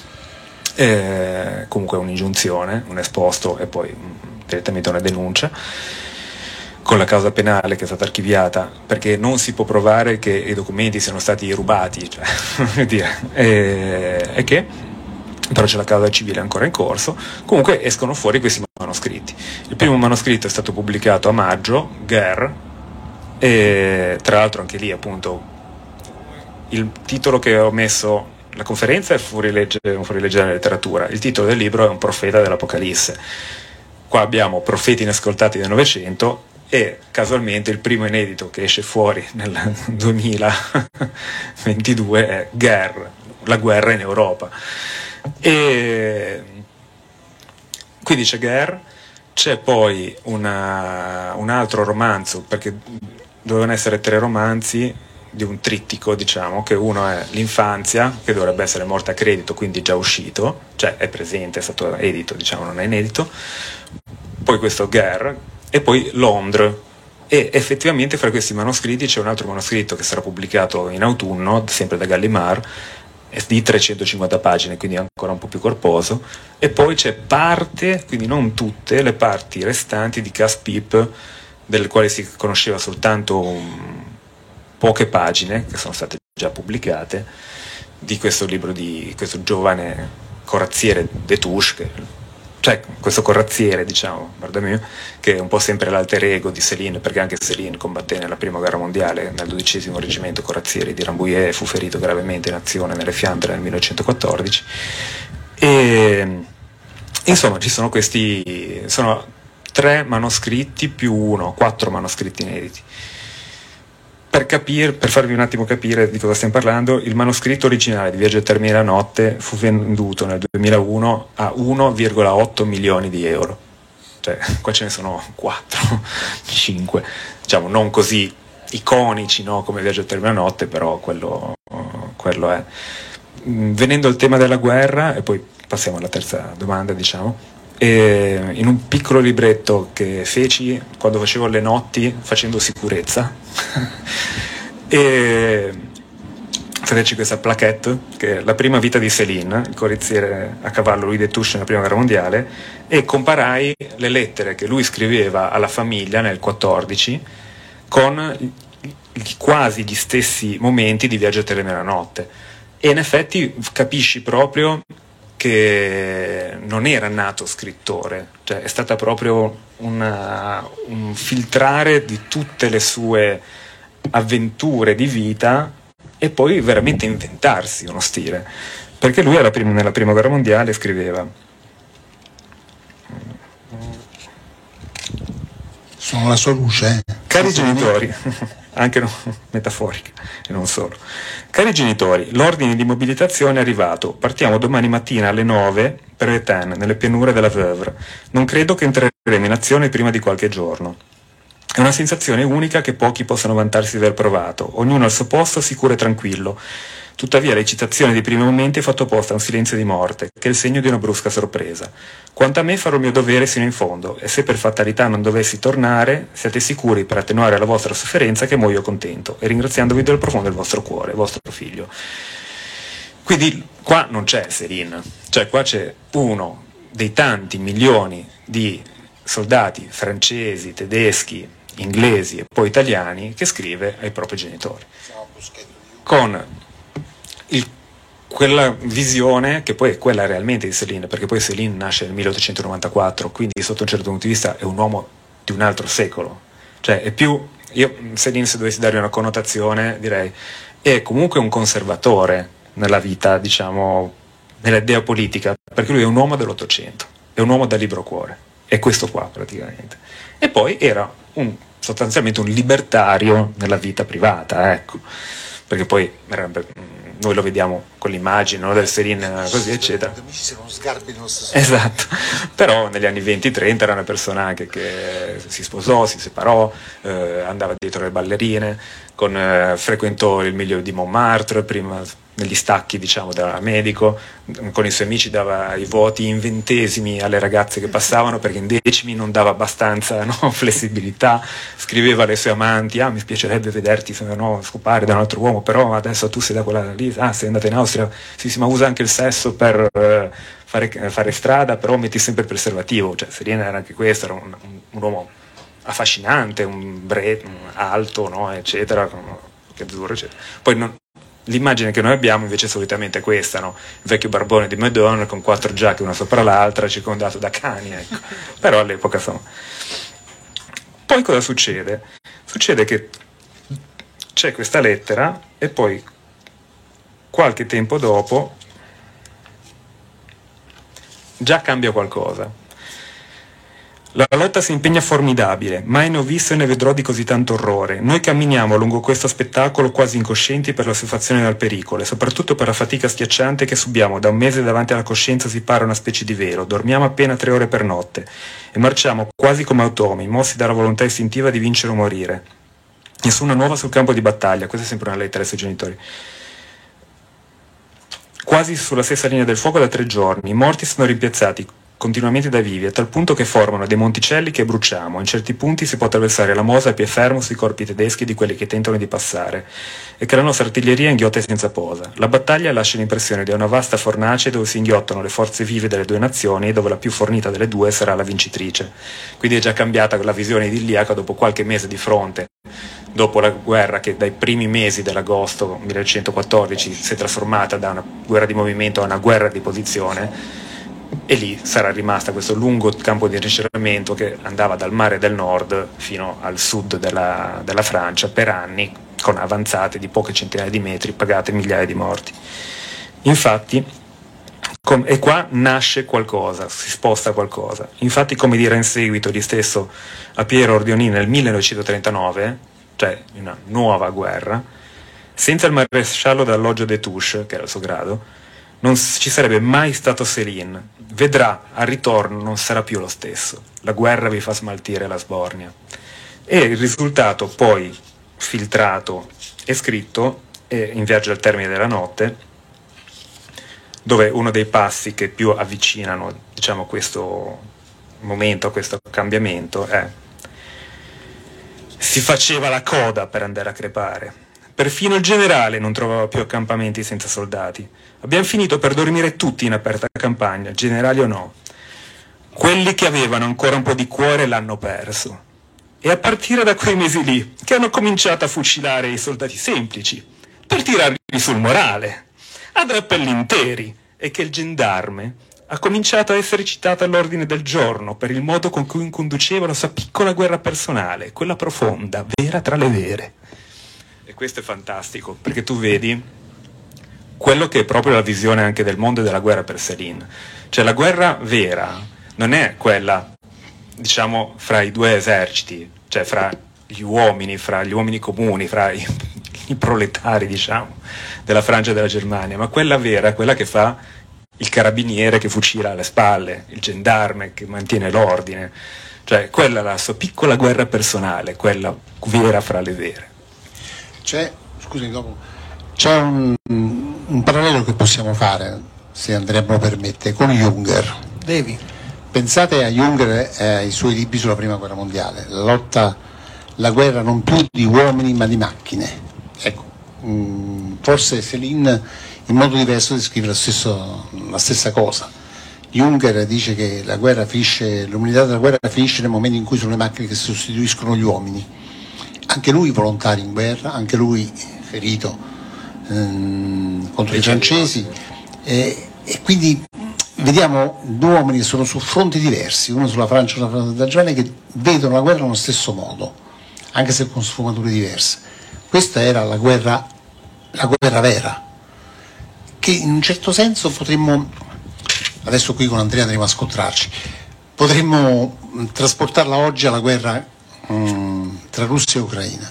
eh, comunque un'ingiunzione, un esposto e poi direttamente una denuncia con la causa penale che è stata archiviata perché non si può provare che i documenti siano stati rubati, cioè, dire, e, e che però c'è la causa civile ancora in corso. Comunque escono fuori questi manoscritti. Il primo manoscritto è stato pubblicato a maggio, Guerre, e tra l'altro anche lì appunto il titolo che ho messo, la conferenza è fuorilegge, un fuorilegge della letteratura, il titolo del libro è Un profeta dell'Apocalisse. Qua abbiamo profeti inascoltati del Novecento e casualmente il primo inedito che esce fuori nel duemilaventidue è Guerre, la guerra in Europa. E quindi c'è Guerre, c'è poi una, un altro romanzo, perché dovevano essere tre romanzi di un trittico, diciamo, che uno è L'infanzia, che dovrebbe essere morta a credito, quindi già uscito, cioè è presente, è stato edito, diciamo, non è inedito. Poi questo Guerre e poi Londres, e effettivamente fra questi manoscritti c'è un altro manoscritto che sarà pubblicato in autunno, sempre da Gallimard, è di trecentocinquanta pagine, quindi ancora un po' più corposo, e poi c'è parte, quindi non tutte, le parti restanti di Casse-Pipe, delle quali si conosceva soltanto un, poche pagine, che sono state già pubblicate, di questo libro di questo giovane corazziere Destouches, che cioè questo corazziere, diciamo, Barthélemy, che è un po' sempre l'alter ego di Céline, perché anche Céline combatté nella prima guerra mondiale nel dodicesimo reggimento corazzieri di Rambouillet e fu ferito gravemente in azione nelle Fiandre nel millenovecentoquattordici. E insomma ci sono questi, sono tre manoscritti più uno, quattro manoscritti inediti. Per capire, per farvi un attimo capire di cosa stiamo parlando, il manoscritto originale di Viaggio al termine della notte fu venduto nel duemilauno a uno virgola otto milioni di euro. Cioè, qua ce ne sono quattro, cinque, diciamo non così iconici, no, come Viaggio al termine della notte, però quello, quello è. Venendo al tema della guerra, e poi passiamo alla terza domanda, diciamo. E in un piccolo libretto che feci quando facevo le notti facendo sicurezza e feci questa plaquette che è La prima vita di Céline, il corazziere a cavallo Louis Destouches nella prima guerra mondiale, e comparai le lettere che lui scriveva alla famiglia nel quattordici con quasi gli stessi momenti di Viaggio al termine della notte, e in effetti capisci proprio che non era nato scrittore, cioè è stata proprio una, un filtrare di tutte le sue avventure di vita e poi veramente inventarsi uno stile, perché lui alla prima, nella prima guerra mondiale scriveva: sono la sua luce, eh? Cari genitori, anche no, metaforica e non solo. Cari genitori, l'ordine di mobilitazione è arrivato. Partiamo domani mattina alle nove per Etaine, nelle pianure della Vèvre. Non credo che entreremo in azione prima di qualche giorno. È una sensazione unica che pochi possono vantarsi di aver provato. Ognuno al suo posto, sicuro e tranquillo. Tuttavia l'eccitazione dei primi momenti è fatto posto a un silenzio di morte, che è il segno di una brusca sorpresa. Quanto a me, farò il mio dovere sino in fondo, e se per fatalità non dovessi tornare, siate sicuri, per attenuare la vostra sofferenza, che muoio contento, e ringraziandovi dal profondo del vostro cuore, vostro figlio. Quindi qua non c'è Céline, cioè qua c'è uno dei tanti milioni di soldati francesi, tedeschi, inglesi e poi italiani che scrive ai propri genitori, con il, quella visione che poi è quella realmente di Céline, perché poi Céline nasce nel milleottocentonovantaquattro, quindi sotto un certo punto di vista è un uomo di un altro secolo, Cioè è più, io Céline, se dovessi dargli una connotazione, direi è comunque un conservatore nella vita, diciamo, nell'idea politica, perché lui è un uomo dell'Ottocento, è un uomo da libero cuore, è questo qua praticamente. E poi era un, sostanzialmente un libertario nella vita privata, ecco, perché poi era, noi lo vediamo con l'immagine, no, del Céline così eccetera, esatto, però negli anni venti trenta era una persona anche che si sposò, si separò, eh, andava dietro le ballerine, con, eh, frequentò il milieu di Montmartre prima, negli stacchi, diciamo, da medico, con i suoi amici dava i voti in ventesimi alle ragazze che passavano perché in decimi non dava abbastanza, no, flessibilità, scriveva alle sue amanti: ah, mi piacerebbe vederti, no, scopare da un altro uomo, però adesso tu sei da quella lì, ah, sei andata in Austria, sì sì, ma usa anche il sesso per eh, fare, fare strada, però metti sempre il preservativo. Cioè Céline era anche questo, era un, un, un uomo affascinante, un bre, un alto, no, eccetera, che azzurro, eccetera. Poi non, l'immagine che noi abbiamo invece solitamente è questa, no? Il vecchio barbone di Meudon con quattro giacche una sopra l'altra, circondato da cani, ecco. Però all'epoca insomma. Poi cosa succede? Succede che c'è questa lettera e poi qualche tempo dopo già cambia qualcosa. La lotta si impegna formidabile, mai ne ho visto e ne vedrò di così tanto orrore. Noi camminiamo lungo questo spettacolo quasi incoscienti per l'assuefazione dal pericolo e soprattutto per la fatica schiacciante che subiamo da un mese davanti alla coscienza si pare una specie di velo. Dormiamo appena tre ore per notte e marciamo quasi come automi, mossi dalla volontà istintiva di vincere o morire. Nessuna nuova sul campo di battaglia, questa è sempre una lettera ai suoi genitori. Quasi sulla stessa linea del fuoco da tre giorni, i morti sono rimpiazzati continuamente dai vivi, a tal punto che formano dei monticelli che bruciamo. In certi punti si può attraversare la Mosa a piè fermo sui corpi tedeschi di quelli che tentano di passare, e che la nostra artiglieria inghiotta senza posa. La battaglia lascia l'impressione di una vasta fornace dove si inghiottano le forze vive delle due nazioni e dove la più fornita delle due sarà la vincitrice. Quindi è già cambiata la visione idilliaca dopo qualche mese di fronte, dopo la guerra che dai primi mesi dell'agosto millenovecentoquattordici si è trasformata da una guerra di movimento a una guerra di posizione. E lì sarà rimasta questo lungo campo di rincerramento che andava dal mare del nord fino al sud della, della Francia per anni, con avanzate di poche centinaia di metri, pagate migliaia di morti. Infatti, com- e qua nasce qualcosa, si sposta qualcosa. Infatti, come dirà in seguito gli stesso a Piero Ordionì nel millenovecentotrentanove, cioè una nuova guerra, senza il maresciallo d'Alloggio de Touche, che era il suo grado, non ci sarebbe mai stato Céline. Vedrà, al ritorno non sarà più lo stesso. La guerra vi fa smaltire la sbornia. E il risultato poi filtrato e scritto è in Viaggio al termine della notte, dove uno dei passi che più avvicinano, diciamo, questo momento, questo cambiamento è: si faceva la coda per andare a crepare. Perfino il generale non trovava più accampamenti senza soldati. Abbiamo finito per dormire tutti in aperta campagna, generali o no. Quelli che avevano ancora un po' di cuore l'hanno perso. E a partire da quei mesi lì, che hanno cominciato a fucilare i soldati semplici, per tirarli sul morale, a drappelli interi, e che il gendarme ha cominciato a essere citato all'ordine del giorno per il modo con cui conduceva la sua piccola guerra personale, quella profonda, vera tra le vere. E questo è fantastico, perché tu vedi quello che è proprio la visione anche del mondo e della guerra per Céline. Cioè la guerra vera non è quella, diciamo, fra i due eserciti, cioè fra gli uomini, fra gli uomini comuni, fra i, i proletari, diciamo, della Francia e della Germania, ma quella vera è quella che fa il carabiniere che fucila alle spalle, il gendarme che mantiene l'ordine. Cioè quella è la sua piccola guerra personale, quella vera fra le vere. C'è, scusami, dopo, c'è un, un parallelo che possiamo fare, se Andrea me lo permette, con Junger. Devi. Pensate a Junger e ai suoi libri sulla prima guerra mondiale, la lotta, la guerra non più di uomini ma di macchine. Ecco, mh, forse Céline in modo diverso descrive lo stesso, la stessa cosa. Junger dice che la guerra finisce, l'umanità della guerra finisce nel momento in cui sono le macchine che sostituiscono gli uomini. Anche lui volontario in guerra, anche lui ferito ehm, contro i francesi, e, e quindi vediamo due uomini che sono su fronti diversi, uno sulla Francia e uno sulla Germania, che vedono la guerra nello stesso modo. anche se con sfumature diverse. Questa era la guerra, la guerra vera, che in un certo senso potremmo, adesso qui con Andrea andremo a scontrarci, potremmo trasportarla oggi alla guerra mh, tra Russia e Ucraina.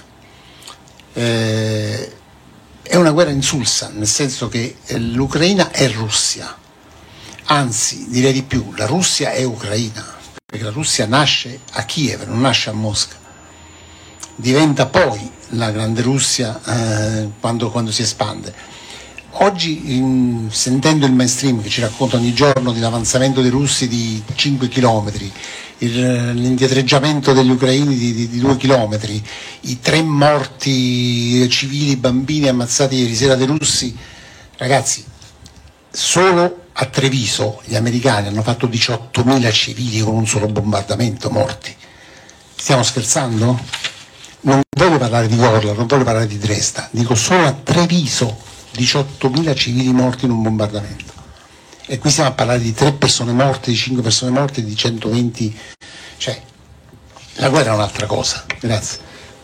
Eh, è una guerra insulsa, nel senso che l'Ucraina è Russia, anzi direi di più, la Russia è Ucraina, perché la Russia nasce a Kiev, non nasce a Mosca, diventa poi la grande Russia eh, quando, quando si espande. Oggi, in, sentendo il mainstream che ci racconta ogni giorno dell'avanzamento dei russi di cinque chilometri, il, l'indietreggiamento degli ucraini di, di, di due chilometri, i tre morti civili, bambini ammazzati ieri sera dai russi, ragazzi, solo a Treviso gli americani hanno fatto diciottomila civili con un solo bombardamento morti. Stiamo scherzando? Non voglio parlare di Gorla, non voglio parlare di Dresda, dico solo a Treviso diciottomila civili morti in un bombardamento. E qui stiamo a parlare di tre persone morte, di cinque persone morte, di centoventi. Cioè, la guerra è un'altra cosa. Grazie.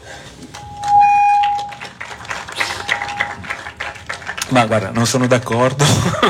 Ma guarda, non sono d'accordo,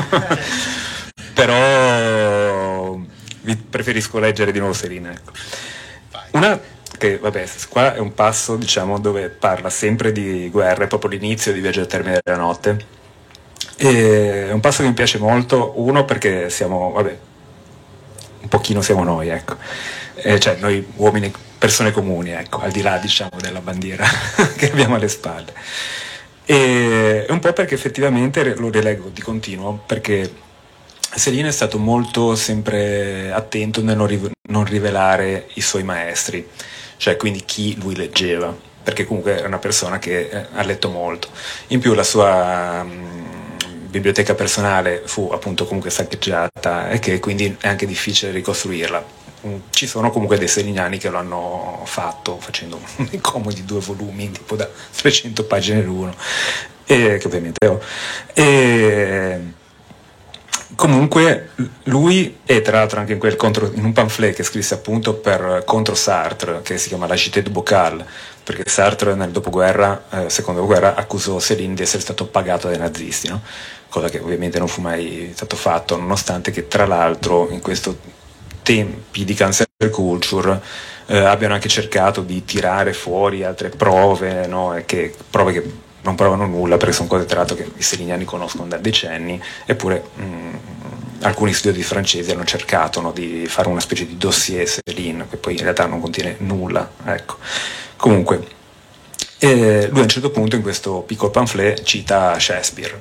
però vi preferisco leggere di nuovo Serina. Ecco. Una che, vabbè, qua è un passo, diciamo, dove parla sempre di guerra, è proprio l'inizio di Viaggio al termine della notte. E è un passo che mi piace molto, uno perché siamo, vabbè, un pochino siamo noi, ecco, e cioè noi uomini, persone comuni, ecco, al di là, diciamo, della bandiera che abbiamo alle spalle. E un po' perché effettivamente lo rileggo di continuo, perché Céline è stato molto sempre attento nel non, rive- non rivelare i suoi maestri, cioè quindi chi lui leggeva, perché comunque era una persona che eh, ha letto molto. In più la sua mh, biblioteca personale fu appunto comunque saccheggiata e che quindi è anche difficile ricostruirla. Mm, ci sono comunque dei seliniani che lo hanno fatto facendo dei comodi due volumi tipo da trecento pagine l'uno, e che ovviamente ho. E comunque lui è tra l'altro anche in, quel contro, in un pamphlet che scrisse appunto per contro Sartre, che si chiama La Cité du Bocal, perché Sartre nel dopoguerra, eh, seconda guerra, accusò Céline di essere stato pagato dai nazisti, no? Cosa che ovviamente non fu mai stato fatto, nonostante che tra l'altro in questo tempi di cancel culture eh, abbiano anche cercato di tirare fuori altre prove, no? E che, prove che non provano nulla, perché sono cose tra l'altro che i seliniani conoscono da decenni, eppure mh, alcuni studi francesi hanno cercato, no, di fare una specie di dossier Céline, che poi in realtà non contiene nulla, ecco. Comunque eh, lui a un certo punto in questo piccolo pamphlet cita Shakespeare,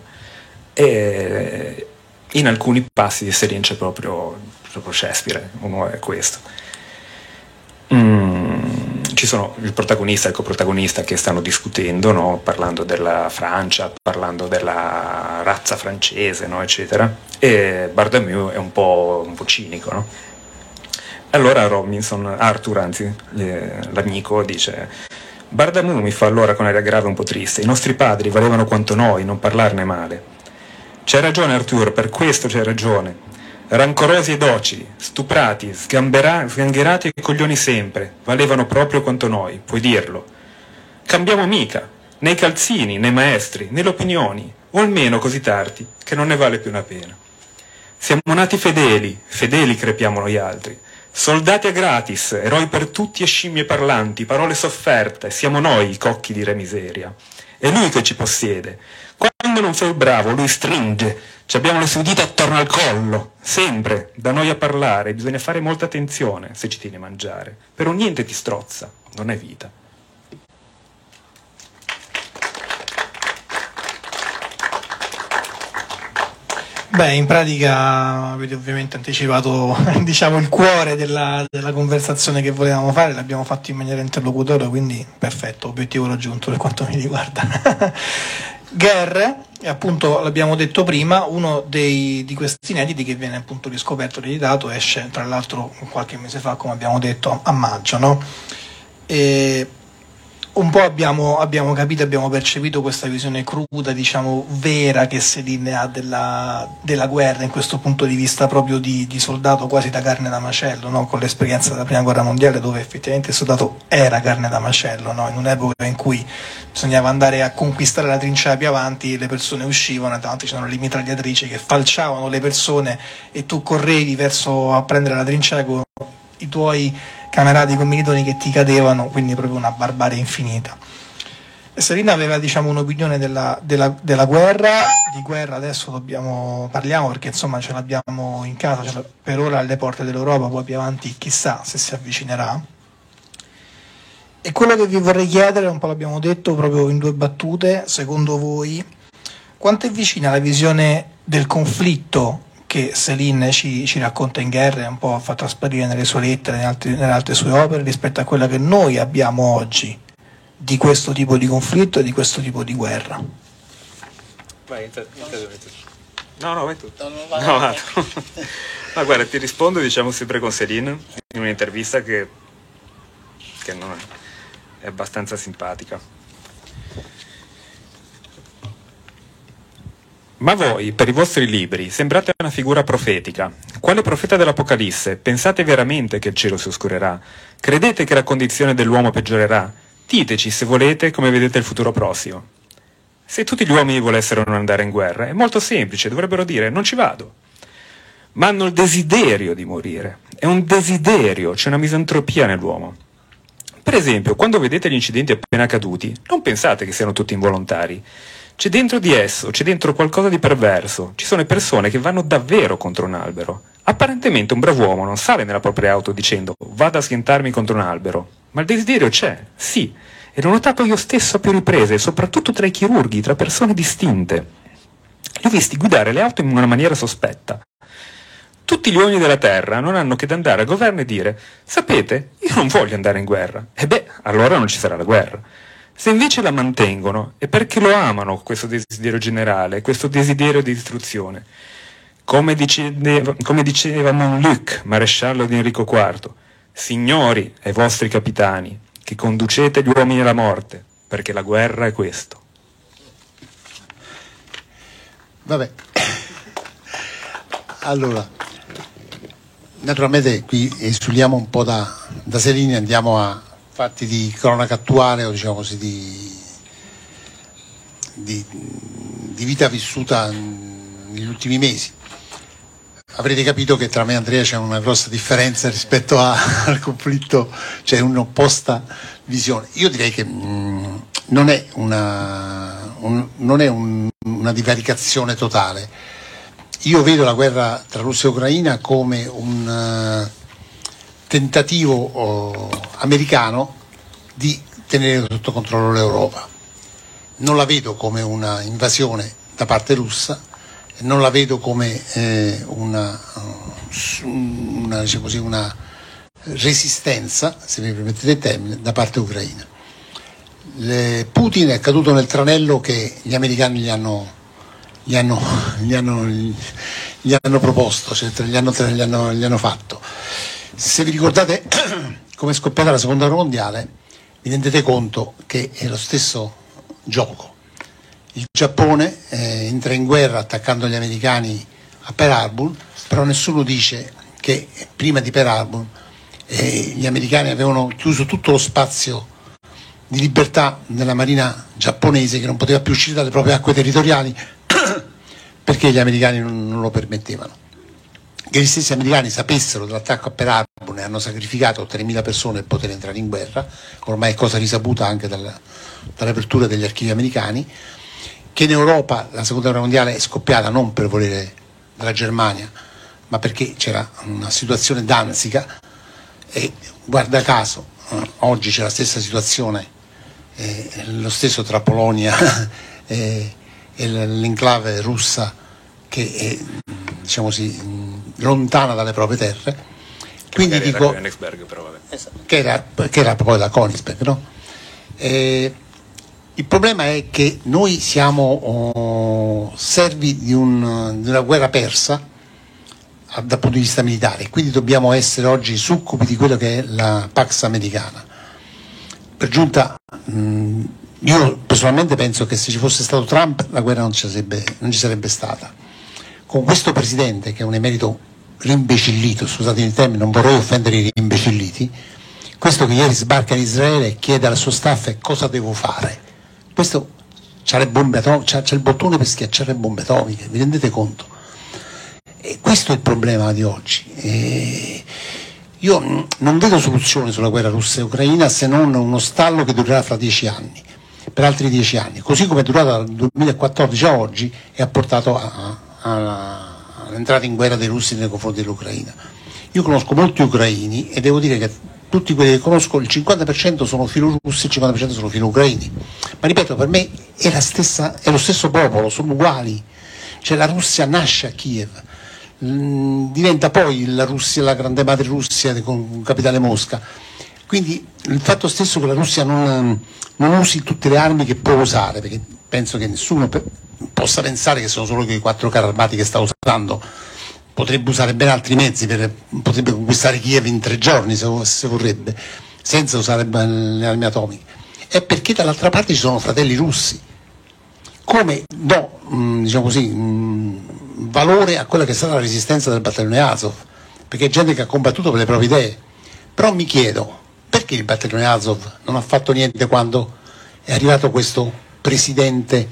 e in alcuni passi di Céline c'è proprio, proprio Shakespeare, uno è questo. Mm. Ci sono il protagonista e il coprotagonista che stanno discutendo, no? Parlando della Francia, parlando della razza francese, no? Eccetera, e Bartholomew è un po', un po' cinico, no? Allora Robinson, Arthur anzi, l'amico, dice: Bartholomew mi fa allora con aria grave un po' triste, i nostri padri valevano quanto noi, non parlarne male. C'hai ragione Arthur, per questo c'hai ragione. Rancorosi e docili, stuprati, sgangherati e coglioni sempre, valevano proprio quanto noi, puoi dirlo. Cambiamo mica, né i calzini, né i maestri, né le opinioni, o almeno così tardi, che non ne vale più una pena. Siamo nati fedeli, fedeli crepiamo noi altri, soldati a gratis, eroi per tutti e scimmie parlanti, parole sofferte, siamo noi i cocchi di re miseria. È lui che ci possiede. Quando non fai il bravo, lui stringe. Ci abbiamo le sue dita attorno al collo, sempre, da noi a parlare, bisogna fare molta attenzione se ci tieni a mangiare, però niente ti strozza, non è vita. Beh, in pratica avete ovviamente anticipato diciamo il cuore della, della conversazione che volevamo fare, l'abbiamo fatto in maniera interlocutoria, quindi perfetto, obiettivo raggiunto per quanto mi riguarda. Guerre, appunto l'abbiamo detto prima, uno dei, di questi inediti che viene appunto riscoperto, rieditato, esce tra l'altro qualche mese fa, come abbiamo detto, a maggio, no? E un po' abbiamo, abbiamo capito, abbiamo percepito questa visione cruda, diciamo vera, che Céline ha della, della guerra, in questo punto di vista proprio di, di soldato quasi da carne da macello, no? Con l'esperienza della prima guerra mondiale, dove effettivamente il soldato era carne da macello, no? In un'epoca in cui bisognava andare a conquistare la trincea più avanti, le persone uscivano e davanti c'erano le mitragliatrici che falciavano le persone e tu correvi verso a prendere la trincea con i tuoi camerati commilitoni che ti cadevano, quindi proprio una barbarie infinita. E Céline aveva, diciamo, un'opinione della, della, della guerra, di guerra adesso dobbiamo parliamo perché insomma ce l'abbiamo in casa, ce l'ha, per ora alle porte dell'Europa, poi più avanti chissà se si avvicinerà. E quello che vi vorrei chiedere, un po' l'abbiamo detto proprio in due battute, secondo voi quanto è vicina la visione del conflitto che Céline ci, ci racconta in Guerra e un po' fa trasparire nelle sue lettere, nelle altre, nelle altre sue opere, rispetto a quella che noi abbiamo oggi di questo tipo di conflitto e di questo tipo di guerra? Vai, inter- inter- no, no, vai tu. No, no, vai, no, vai. No, guarda, ti rispondo, diciamo, sempre con Céline, in un'intervista che, che non è, è abbastanza simpatica. Ma voi, per i vostri libri, sembrate una figura profetica. Quale profeta dell'Apocalisse? Pensate veramente che il cielo si oscurerà? Credete che la condizione dell'uomo peggiorerà? Diteci, se volete, come vedete il futuro prossimo. Se tutti gli uomini volessero non andare in guerra, è molto semplice, dovrebbero dire non ci vado. Ma hanno il desiderio di morire. È un desiderio, c'è una misantropia nell'uomo. Per esempio, quando vedete gli incidenti appena accaduti, non pensate che siano tutti involontari. C'è dentro di esso, c'è dentro qualcosa di perverso. Ci sono persone che vanno davvero contro un albero. Apparentemente un brav'uomo non sale nella propria auto dicendo vado a schiantarmi contro un albero. Ma il desiderio c'è, sì. E l'ho notato io stesso a più riprese, soprattutto tra i chirurghi, tra persone distinte. Li ho visti guidare le auto in una maniera sospetta. Tutti gli uomini della terra non hanno che da andare al governo e dire sapete, io non voglio andare in guerra. E beh, allora non ci sarà la guerra. Se invece la mantengono, è perché lo amano questo desiderio generale, questo desiderio di istruzione. Come diceva, come diceva Montluc, maresciallo di Enrico quarto, signori e vostri capitani, che conducete gli uomini alla morte, perché la guerra è questo. Vabbè, allora, naturalmente qui esuliamo un po' da, da Céline, andiamo a fatti di cronaca attuale o diciamo così di, di, di vita vissuta negli ultimi mesi. Avrete capito che tra me e Andrea c'è una grossa differenza rispetto a, al conflitto, c'è un'opposta visione. Io direi che mh, non è una, un, non è un, una divaricazione totale. Io vedo la guerra tra Russia e Ucraina come un uh, tentativo oh, americano di tenere sotto controllo l'Europa. Non la vedo come una invasione da parte russa, non la vedo come eh, una, una, diciamo così, una resistenza, se mi permettete il termine, da parte ucraina. Le, Putin è caduto nel tranello che gli americani gli hanno, gli hanno, gli hanno, gli hanno proposto, cioè gli hanno, gli hanno, gli hanno fatto. Se vi ricordate come è scoppiata la seconda guerra mondiale, vi rendete conto che è lo stesso gioco. Il Giappone eh, entra in guerra attaccando gli americani a Pearl Harbor, però nessuno dice che prima di Pearl Harbor eh, gli americani avevano chiuso tutto lo spazio di libertà nella marina giapponese, che non poteva più uscire dalle proprie acque territoriali perché gli americani non, non lo permettevano. Che gli stessi americani sapessero dell'attacco a Pearl Harbor e hanno sacrificato tremila persone per poter entrare in guerra, ormai è cosa risaputa anche dalla, dall'apertura degli archivi americani, che in Europa la seconda guerra mondiale è scoppiata non per volere della Germania, ma perché c'era una situazione danzica e guarda caso eh, oggi c'è la stessa situazione, eh, lo stesso tra Polonia e, e l'enclave russa che è, diciamo così, lontana dalle proprie terre, quindi dico era però, vabbè. Che, era, che era poi da Königsberg, no? Eh, il problema è che noi siamo oh, servi di, un, di una guerra persa dal punto di vista militare, quindi dobbiamo essere oggi succubi di quello che è la Pax Americana. per giunta mh, io personalmente penso che se ci fosse stato Trump la guerra non ci sarebbe, non ci sarebbe stata. Con questo presidente che è un emerito rimbecillito, scusate il termine, non vorrei offendere i rimbecilliti, questo che ieri sbarca in Israele e chiede al suo staff cosa devo fare, questo c'ha le bombe atomiche, c'ha il bottone per schiacciare le bombe atomiche, vi rendete conto? E questo è il problema di oggi. E io non vedo soluzione sulla guerra russa e ucraina se non uno stallo che durerà fra dieci anni, per altri dieci anni, così come è durata dal duemilaquattordici a oggi e ha portato a, a, all'entrata in guerra dei russi nei confronti dell'Ucraina. Io conosco molti ucraini e devo dire che tutti quelli che conosco, il cinquanta per cento sono filorussi, il cinquanta per cento sono filoucraini, ma ripeto, per me è, la stessa, è lo stesso popolo, sono uguali, cioè la Russia nasce a Kiev, mh, diventa poi la Russia, la grande madre Russia con capitale Mosca, quindi il fatto stesso che la Russia non, non usi tutte le armi che può usare, perché penso che nessuno per, possa pensare che sono solo quei quattro carri armati che sta usando, potrebbe usare ben altri mezzi, per, potrebbe conquistare Kiev in tre giorni se, se vorrebbe, senza usare le armi atomiche. È perché dall'altra parte ci sono fratelli russi. Come do, mh, diciamo così, mh, valore a quella che è stata la resistenza del battaglione Azov, perché è gente che ha combattuto per le proprie idee. Però mi chiedo, perché il battaglione Azov non ha fatto niente quando è arrivato questo presidente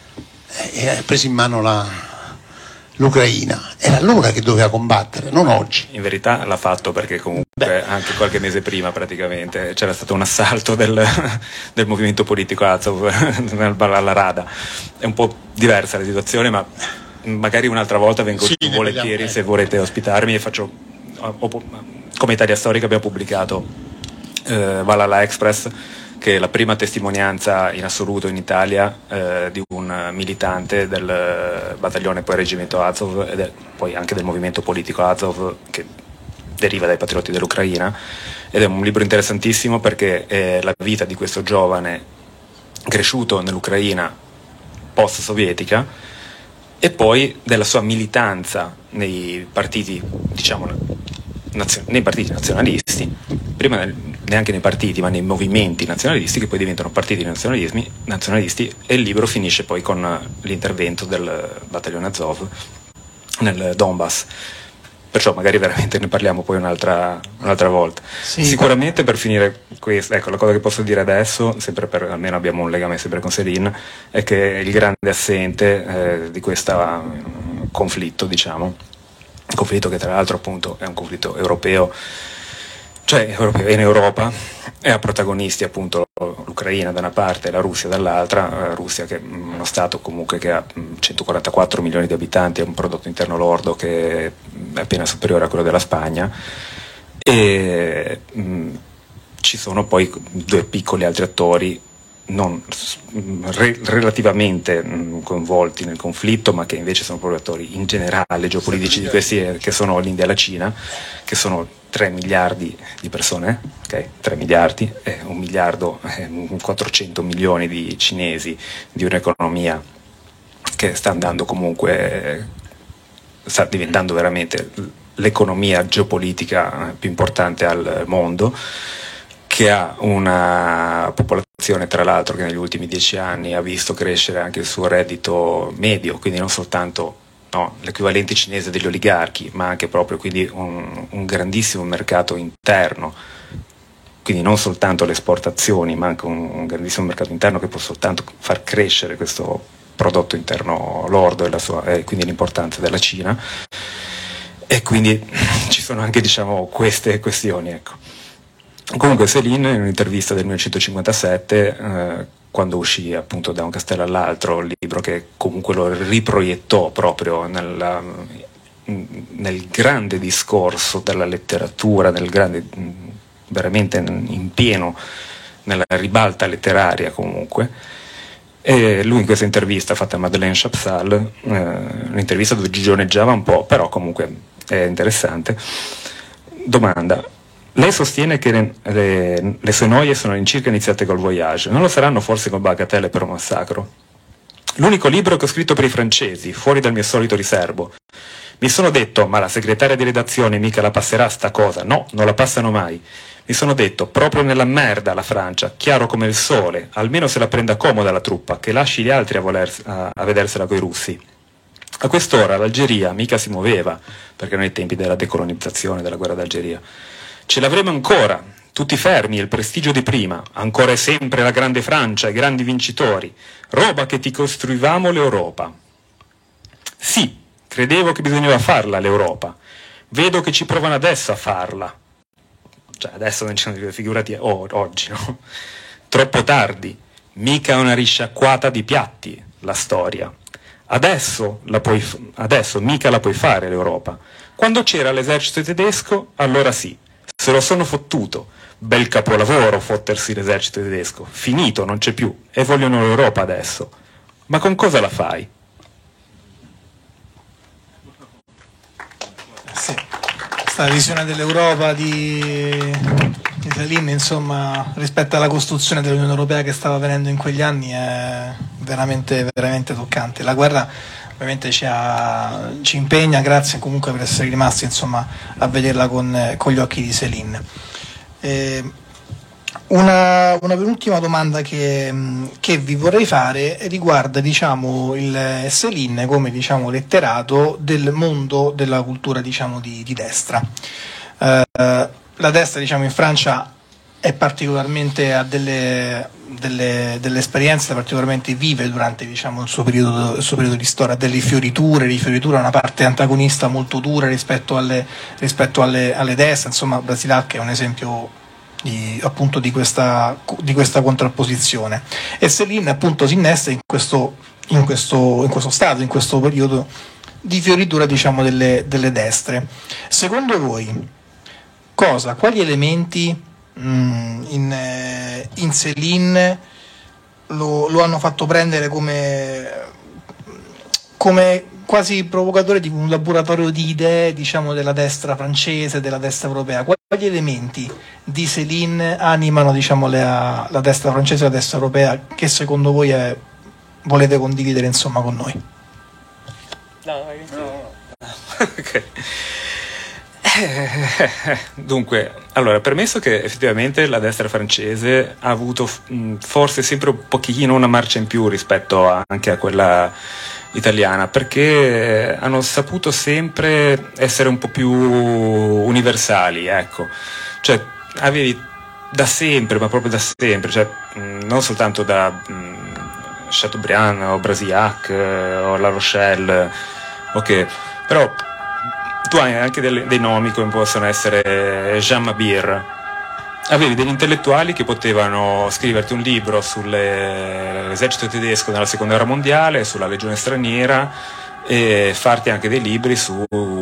e ha preso in mano la... l'Ucraina? Era allora che doveva combattere, non oggi. In verità l'ha fatto perché comunque Beh. anche qualche mese prima praticamente c'era stato un assalto del, del movimento politico Azov alla Rada. È un po' diversa la situazione, ma magari un'altra volta vengo sì, volentieri se volete ospitarmi e faccio, come Italia Storica abbiamo pubblicato eh, Valhalla Express, che è la prima testimonianza in assoluto in Italia eh, di un militante del battaglione poi reggimento Azov e poi anche del movimento politico Azov che deriva dai patrioti dell'Ucraina, ed è un libro interessantissimo perché è la vita di questo giovane cresciuto nell'Ucraina post-sovietica e poi della sua militanza nei partiti, diciamo, nazio- nei partiti nazionalisti, prima nel, neanche nei partiti ma nei movimenti nazionalisti che poi diventano partiti nazionalisti, e il libro finisce poi con l'intervento del battaglione Azov nel Donbass. Perciò magari veramente ne parliamo poi un'altra, un'altra volta. Sì, sicuramente per finire questo, ecco, la cosa che posso dire adesso, sempre per, almeno abbiamo un legame sempre con Céline, è che il grande assente eh, di questo conflitto, diciamo, conflitto che tra l'altro appunto è un conflitto europeo, cioè europeo, in Europa, e ha protagonisti appunto l'Ucraina da una parte e la Russia dall'altra. La Russia che è uno stato comunque che ha centoquarantaquattro milioni di abitanti, ha un prodotto interno lordo che è appena superiore a quello della Spagna, e mh, ci sono poi due piccoli altri attori non re, relativamente mh, coinvolti nel conflitto, ma che invece sono proprio attori in generale geopolitici di questi, che sono l'India e la Cina, che sono tre miliardi di persone, okay? tre miliardi, eh, un miliardo, eh, quattrocento milioni di cinesi, di un'economia che sta andando comunque, sta diventando veramente l'economia geopolitica più importante al mondo, che ha una popolazione tra l'altro che negli ultimi dieci anni ha visto crescere anche il suo reddito medio, quindi non soltanto no, l'equivalente cinese degli oligarchi, ma anche proprio quindi un, un grandissimo mercato interno, quindi non soltanto le esportazioni, ma anche un, un grandissimo mercato interno che può soltanto far crescere questo prodotto interno lordo e, la sua, e quindi l'importanza della Cina, e quindi ci sono anche, diciamo, queste questioni, ecco. Comunque Céline in un'intervista del millenovecentocinquantasette, eh, quando uscì appunto Da un castello all'altro, il libro che comunque lo riproiettò proprio nella, nel grande discorso della letteratura, nel grande, veramente in pieno nella ribalta letteraria comunque, e lui in questa intervista fatta a Madeleine Chapsal, eh, un'intervista dove gigioneggiava un po', però comunque è interessante, domanda: lei sostiene che le, le, le sue noie sono all'incirca iniziate col Voyage, non lo saranno forse con Bagatelle per un massacro? L'unico libro che ho scritto per i francesi, fuori dal mio solito riservo. Mi sono detto, ma la segretaria di redazione mica la passerà sta cosa? No, non la passano mai. Mi sono detto, proprio nella merda la Francia, chiaro come il sole, almeno se la prenda comoda la truppa, che lasci gli altri a, voler, a, a vedersela coi russi. A quest'ora l'Algeria mica si muoveva, perché erano i tempi della decolonizzazione, della guerra d'Algeria. Ce l'avremo ancora, tutti fermi, il prestigio di prima, ancora e sempre la grande Francia, i grandi vincitori, roba che ti costruivamo l'Europa. Sì, credevo che bisognava farla l'Europa, vedo che ci provano adesso a farla. Cioè adesso non ci sono figurati oh, oggi, no? Troppo tardi, mica una risciacquata di piatti la storia. Adesso, la puoi, adesso mica la puoi fare l'Europa. Quando c'era l'esercito tedesco, allora sì, se lo sono fottuto. Bel capolavoro fottersi l'esercito tedesco. Finito, non c'è più. E vogliono l'Europa adesso. Ma con cosa la fai? Sì, questa visione dell'Europa di, di Céline, insomma, rispetto alla costruzione dell'Unione Europea che stava avvenendo in quegli anni è veramente, veramente toccante. La guerra ovviamente ci, ha, ci impegna, grazie comunque per essere rimasti, insomma, a vederla con, con gli occhi di Céline. Eh, una, una penultima domanda che, che vi vorrei fare riguarda, diciamo, il Céline come, diciamo, letterato del mondo della cultura, diciamo, di, di destra. Eh, la destra, diciamo, in Francia è particolarmente ha delle, delle, delle esperienze particolarmente vive durante, diciamo, il suo periodo, il suo periodo di storia, delle fioriture, rifioritura, una parte antagonista molto dura rispetto alle, rispetto alle, alle destre, insomma Brasilac è un esempio di, appunto di questa, di questa contrapposizione, e Céline appunto si innesta in questo, in questo, in questo stato, in questo periodo di fioritura, diciamo, delle, delle destre. Secondo voi cosa, quali elementi In, in Céline lo, lo hanno fatto prendere come, come quasi provocatore di un laboratorio di idee, diciamo, della destra francese, della destra europea? Quali elementi di Céline animano, diciamo, la, la destra francese e la destra europea che secondo voi è, volete condividere, insomma, con noi? No, no. Ok. Dunque, allora, permesso che effettivamente la destra francese ha avuto mh, forse sempre un pochino una marcia in più rispetto a, anche a quella italiana, perché hanno saputo sempre essere un po' più universali, ecco. Cioè, avevi da sempre, ma proprio da sempre, cioè, mh, non soltanto da mh, Chateaubriand o Brasillac eh, o La Rochelle, ok, però tu hai anche delle, dei nomi come possono essere Jean Mabir. Avevi degli intellettuali che potevano scriverti un libro sull'esercito tedesco nella seconda guerra mondiale, sulla legione straniera, e farti anche dei libri sui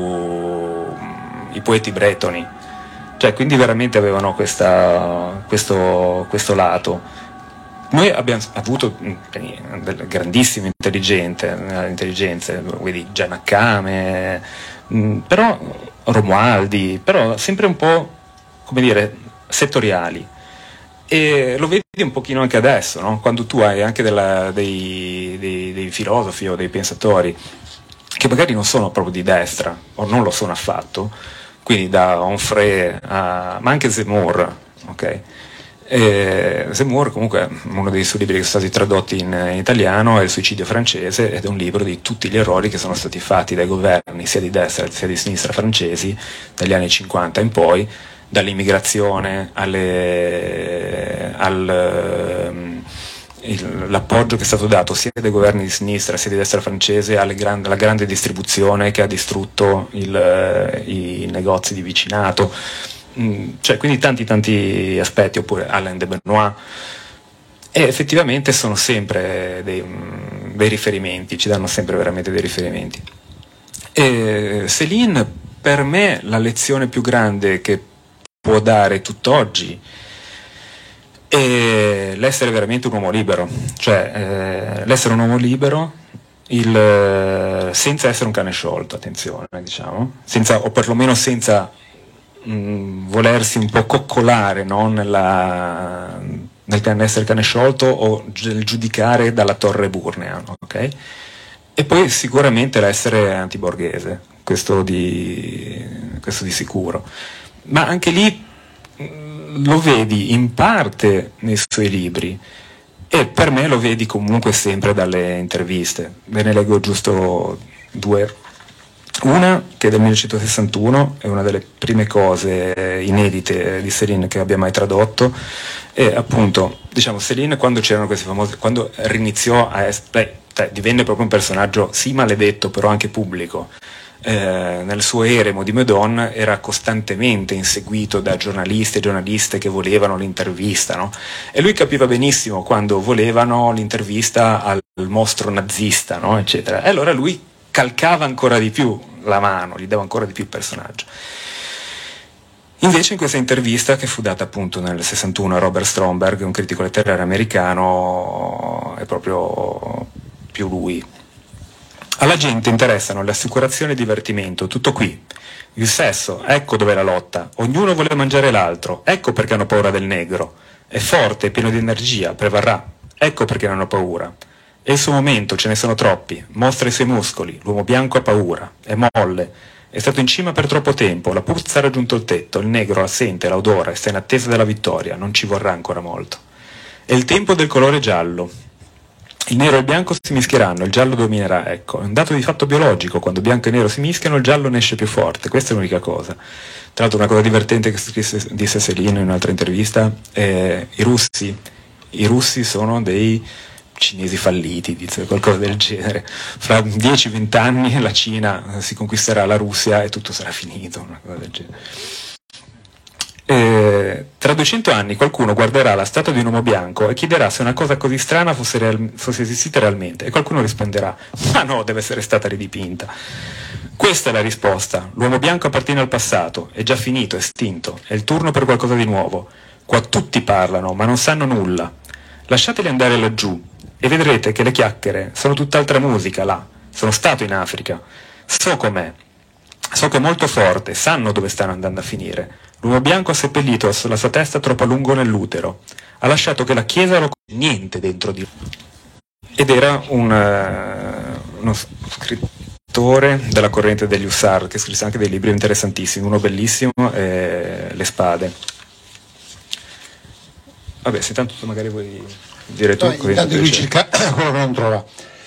poeti bretoni. Cioè, quindi veramente avevano questa, questo, questo lato. Noi abbiamo avuto delle grandissime intelligenze, intelligenze, quindi Giannaccame, però Romualdi, però sempre un po', come dire, settoriali, e lo vedi un pochino anche adesso, no? Quando tu hai anche della, dei, dei, dei filosofi o dei pensatori che magari non sono proprio di destra o non lo sono affatto, quindi da Onfray a, ma anche Zemmour, ok? E Zemmour comunque uno dei suoi libri che sono stati tradotti in, in italiano è Il suicidio francese, ed è un libro di tutti gli errori che sono stati fatti dai governi sia di destra sia di sinistra francesi dagli anni cinquanta in poi, dall'immigrazione alle, al, il, l'appoggio che è stato dato sia dai governi di sinistra sia di destra francese alle grande, alla grande distribuzione che ha distrutto il, i negozi di vicinato. Cioè, quindi tanti tanti aspetti, oppure Alain de Benoist, e effettivamente sono sempre dei, dei riferimenti, ci danno sempre veramente dei riferimenti. E Céline, per me, la lezione più grande che può dare tutt'oggi è l'essere veramente un uomo libero, cioè eh, l'essere un uomo libero il, senza essere un cane sciolto, attenzione, diciamo, senza, o perlomeno senza mh, volersi un po' coccolare, no? Nella, nel essere cane sciolto o nel giudicare dalla torre burnea, ok? E poi sicuramente l'essere antiborghese, questo di, questo di sicuro. Ma anche lì lo vedi in parte nei suoi libri e per me lo vedi comunque sempre dalle interviste. Ve ne leggo giusto due. Una che è del millenovecentosessantuno, è una delle prime cose inedite di Céline che abbia mai tradotto, e appunto, diciamo, Céline quando c'erano questi famosi, quando riniziò a essere, beh, divenne proprio un personaggio sì maledetto però anche pubblico. Eh, nel suo eremo di Meudon era costantemente inseguito da giornalisti e giornaliste che volevano l'intervista, no? E lui capiva benissimo quando volevano l'intervista al mostro nazista, no? Eccetera. E allora lui calcava ancora di più la mano, gli dava ancora di più il personaggio. Invece in questa intervista, che fu data appunto nel sessantuno a Robert Stromberg, un critico letterario americano, è proprio più lui. Alla gente interessano le assicurazioni e il divertimento, tutto qui. Il sesso, ecco dov'è la lotta. Ognuno vuole mangiare l'altro, ecco perché hanno paura del negro. È forte, è pieno di energia, prevarrà, ecco perché non hanno paura. È il suo momento, ce ne sono troppi. Mostra i suoi muscoli, l'uomo bianco ha paura, è molle. È stato in cima per troppo tempo, la puzza ha raggiunto il tetto, il negro la sente, la odora e sta in attesa della vittoria, non ci vorrà ancora molto. È il tempo del colore giallo. Il nero e il bianco si mischieranno, il giallo dominerà, ecco. È un dato di fatto biologico, quando bianco e nero si mischiano il giallo ne esce più forte, questa è l'unica cosa. Tra l'altro una cosa divertente che scrisse, disse Céline in un'altra intervista, eh, i russi, i russi sono dei cinesi falliti, dice qualcosa del genere. Fra dieci venti anni la Cina si conquisterà la Russia e tutto sarà finito, una cosa del genere. Eh, tra duecento anni qualcuno guarderà la statua di un uomo bianco e chiederà se una cosa così strana fosse, real- fosse esistita realmente, e qualcuno risponderà: ma no, deve essere stata ridipinta. Questa è la risposta. L'uomo bianco appartiene al passato, è già finito, estinto, è il turno per qualcosa di nuovo. Qua tutti parlano, ma non sanno nulla. Lasciateli andare laggiù e vedrete che le chiacchiere sono tutt'altra musica là. Sono stato in Africa, so com'è, so che è molto forte, sanno dove stanno andando a finire. L'uomo bianco ha seppellito la sua testa troppo a lungo nell'utero, ha lasciato che la Chiesa lo niente dentro di lui. Ed era un, uh, uno scrittore della corrente degli Hussard, che scrisse anche dei libri interessantissimi, uno bellissimo, eh, Le spade. Vabbè, se tanto magari vuoi dire tu. No, intanto lui cerca quello che non trova.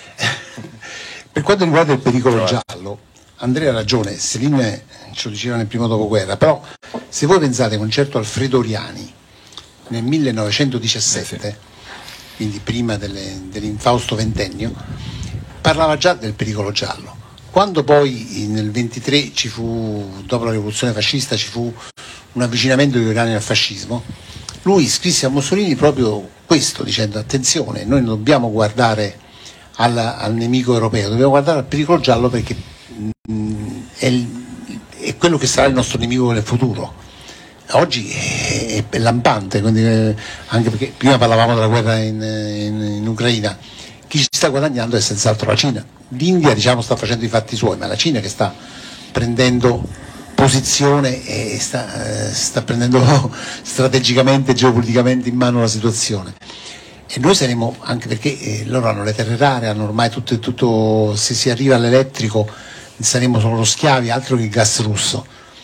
Per quanto riguarda il pericolo Trovate. giallo, Andrea ha ragione, Céline ce lo diceva nel primo dopoguerra, però se voi pensate concerto Alfredo Oriani nel millenovecentodiciassette, eh sì. quindi prima delle, dell'infausto ventennio, parlava già del pericolo giallo. Quando poi nel ventitré ci fu, dopo la rivoluzione fascista, ci fu un avvicinamento degli Oriani al fascismo, lui scrisse a Mussolini proprio questo, dicendo: attenzione, noi non dobbiamo guardare al, al nemico europeo, dobbiamo guardare al pericolo giallo, perché mh, è, il, è quello che sarà il nostro nemico nel futuro. Oggi è, è lampante, quindi, eh, anche perché prima parlavamo della guerra in, in, in Ucraina. Chi ci sta guadagnando è senz'altro la Cina. L'India, diciamo, sta facendo i fatti suoi, ma la Cina che sta prendendo posizione e sta, eh, sta prendendo strategicamente, geopoliticamente in mano la situazione. E noi saremo, anche perché eh, loro hanno le terre rare, hanno ormai tutto, tutto, se si arriva all'elettrico saremo solo schiavi, altro che il gas russo.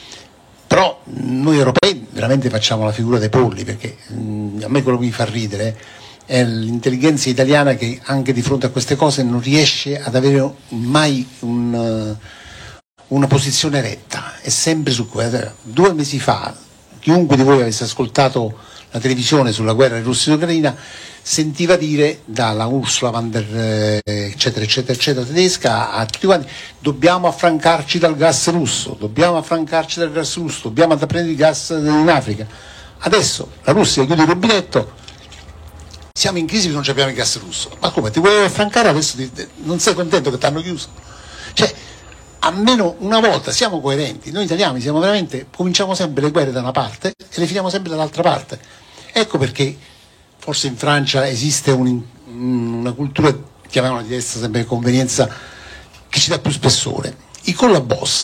Però noi europei veramente facciamo la figura dei polli, perché mh, a me quello che mi fa ridere è l'intelligenza italiana, che anche di fronte a queste cose non riesce ad avere mai un, una posizione retta, è sempre su quella. Due mesi fa, chiunque di voi avesse ascoltato la televisione sulla guerra in Russia e Ucraina sentiva dire dalla Ursula von der eccetera eccetera eccetera tedesca a tutti quanti: dobbiamo affrancarci dal gas russo, dobbiamo affrancarci dal gas russo, dobbiamo prendere il gas in Africa. Adesso la Russia chiude il rubinetto, siamo in crisi perché non abbiamo il gas russo. Ma come, ti volevo affrancare, adesso ti, non sei contento che ti hanno chiuso? Cioè, almeno una volta siamo coerenti. Noi italiani siamo veramente, cominciamo sempre le guerre da una parte e le finiamo sempre dall'altra parte. Ecco perché forse in Francia esiste un, una cultura, chiamiamola di destra sempre per convenienza, che ci dà più spessore. I collabos,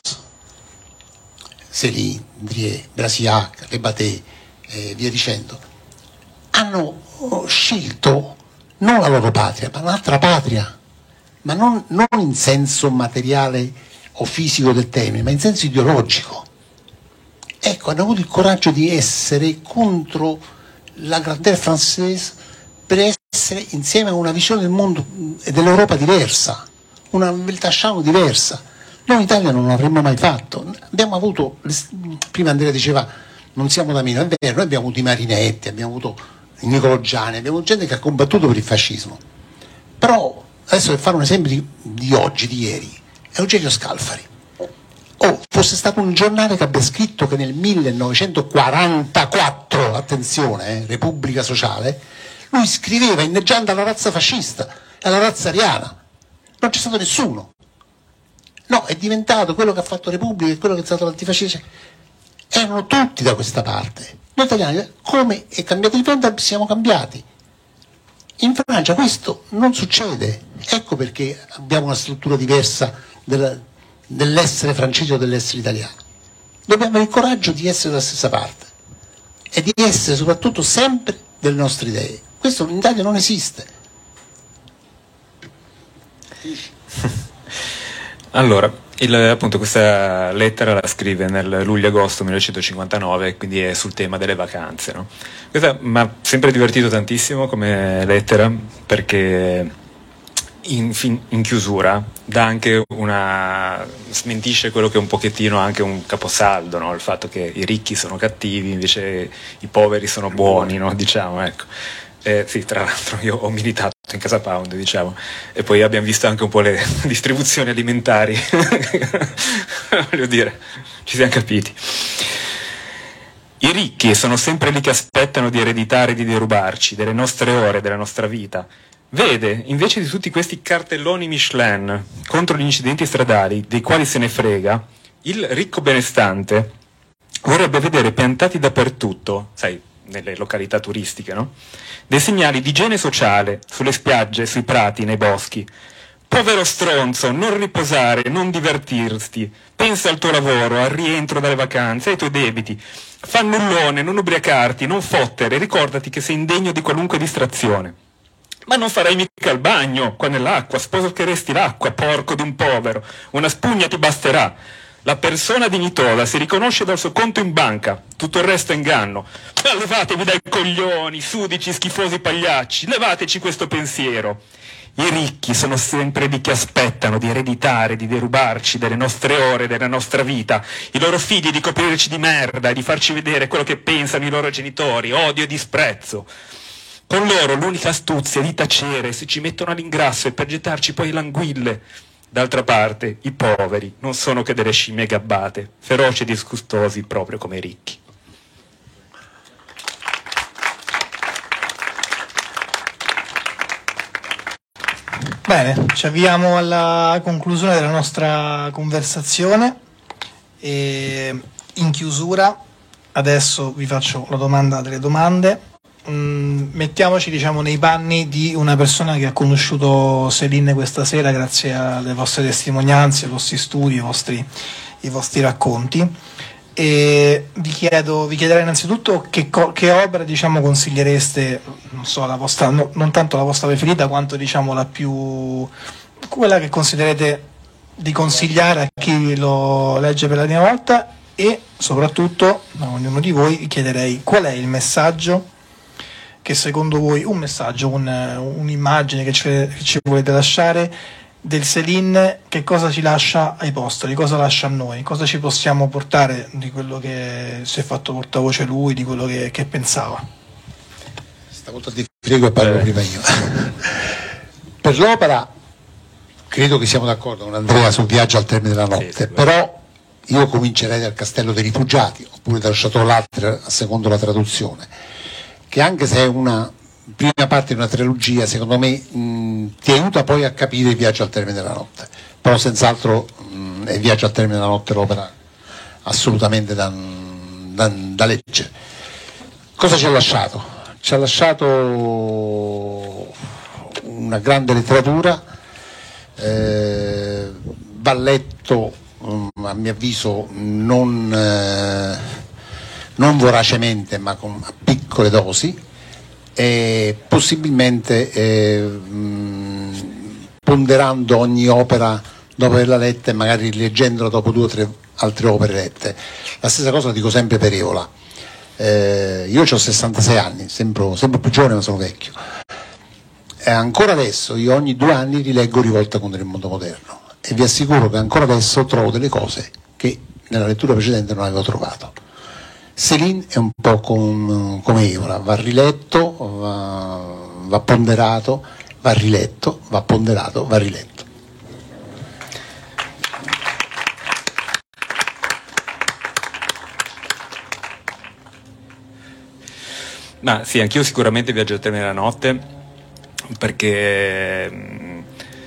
Céline, Drier, Brasillac, Rebatté, eh, via dicendo, hanno scelto non la loro patria, ma un'altra patria, ma non, non in senso materiale o fisico del termine, ma in senso ideologico. È Ecco, hanno avuto il coraggio di essere contro la grandeur française per essere insieme a una visione del mondo e dell'Europa diversa, una Weltanschauung diversa. Noi in Italia non l'avremmo mai fatto. Abbiamo avuto, prima Andrea diceva non siamo da meno, è vero, noi abbiamo avuto i Marinetti, abbiamo avuto i Nicolò Giani, abbiamo avuto gente che ha combattuto per il fascismo. Però, adesso per fare un esempio di, di oggi, di ieri, Eugenio Scalfari. Oh, fosse stato un giornale che abbia scritto che nel millenovecentoquarantaquattro, attenzione, eh, Repubblica Sociale, lui scriveva inneggiando alla razza fascista e alla razza ariana. Non c'è stato nessuno. No, è diventato quello che ha fatto Repubblica e quello che è stato l'antifascista. Erano tutti da questa parte. Noi italiani, come è cambiato di fronte, siamo cambiati. In Francia questo non succede. Ecco perché abbiamo una struttura diversa della, dell'essere francese o dell'essere italiano. Dobbiamo avere il coraggio di essere dalla stessa parte e di essere soprattutto sempre delle nostre idee. Questo in Italia non esiste. Allora, il, appunto questa lettera la scrive nel luglio-agosto millenovecentocinquantanove, quindi è sul tema delle vacanze, no? Questa mi ha sempre divertito tantissimo come lettera, perché in, fin, in chiusura dà anche una smentisce quello che è un pochettino anche un caposaldo, no? Il fatto che i ricchi sono cattivi, invece i poveri sono buoni, no? Diciamo, ecco. Eh, sì, tra l'altro io ho militato in Casa Pound, diciamo, e poi abbiamo visto anche un po' le distribuzioni alimentari. Voglio dire, ci siamo capiti. I ricchi sono sempre lì che aspettano di ereditare e di derubarci delle nostre ore, della nostra vita. Vede, invece di tutti questi cartelloni Michelin contro gli incidenti stradali, dei quali se ne frega, il ricco benestante vorrebbe vedere piantati dappertutto, sai, nelle località turistiche, no? Dei segnali di igiene sociale sulle spiagge, sui prati, nei boschi. Povero stronzo, non riposare, non divertirti. Pensa al tuo lavoro, al rientro dalle vacanze, ai tuoi debiti. Fannullone, non ubriacarti, non fottere, ricordati che sei indegno di qualunque distrazione. Ma non farai mica il bagno, qua nell'acqua, sporcheresti l'acqua, porco d'un povero. Una spugna ti basterà. La persona dignitosa si riconosce dal suo conto in banca, tutto il resto è inganno. Ma levatevi dai coglioni, sudici, schifosi pagliacci, levateci questo pensiero. I ricchi sono sempre lì che aspettano di ereditare, di derubarci delle nostre ore, della nostra vita, i loro figli di coprirci di merda e di farci vedere quello che pensano i loro genitori, odio e disprezzo. Con loro l'unica astuzia è di tacere se ci mettono all'ingrasso e per gettarci poi l'anguille. D'altra parte, i poveri non sono che delle scimmie gabbate, feroci e disgustosi proprio come i ricchi. Bene, ci avviamo alla conclusione della nostra conversazione e in chiusura adesso vi faccio la domanda delle domande. Mm, mettiamoci diciamo nei panni di una persona che ha conosciuto Céline questa sera grazie alle vostre testimonianze, ai vostri studi, ai vostri, ai vostri racconti, e vi chiedo, vi chiederei innanzitutto che, co- che opera diciamo consigliereste, non so, la vostra, no, non tanto la vostra preferita quanto diciamo la più, quella che considerate di consigliare a chi lo legge per la prima volta, e soprattutto a ognuno di voi vi chiederei qual è il messaggio che secondo voi, un messaggio, un, un'immagine che ci, che ci volete lasciare del Céline, che cosa ci lascia ai posteri, cosa lascia a noi, cosa ci possiamo portare di quello che si è fatto portavoce lui, di quello che, che pensava. Stavolta ti prego e parlo eh. prima io. Per l'opera credo che siamo d'accordo con Andrea sul Viaggio al termine della notte, sì, sì, però io comincerei dal Castello dei Rifugiati oppure dal Château Latre a secondo la traduzione, che anche se è una prima parte di una trilogia, secondo me mh, ti aiuta poi a capire il Viaggio al termine della notte, però senz'altro mh, è il Viaggio al termine della notte l'opera assolutamente da, da, da leggere. Cosa ci ha lasciato? Ci ha lasciato una grande letteratura, eh, va letto mh, a mio avviso non... Eh, non voracemente ma con piccole dosi, e possibilmente eh, mh, ponderando ogni opera dopo averla letta e magari rileggendola dopo due o tre altre opere lette. La stessa cosa la dico sempre per Evola. Eh, io ho sessantasei anni, sembro, sembro più giovane ma sono vecchio. E ancora adesso io ogni due anni rileggo Rivolta contro il mondo moderno e vi assicuro che ancora adesso trovo delle cose che nella lettura precedente non avevo trovato. Céline è un po' con, come Evola, va riletto, va, va ponderato, va riletto, va ponderato, va riletto. Ma sì, anch'io sicuramente Viaggio al termine della notte, perché mh,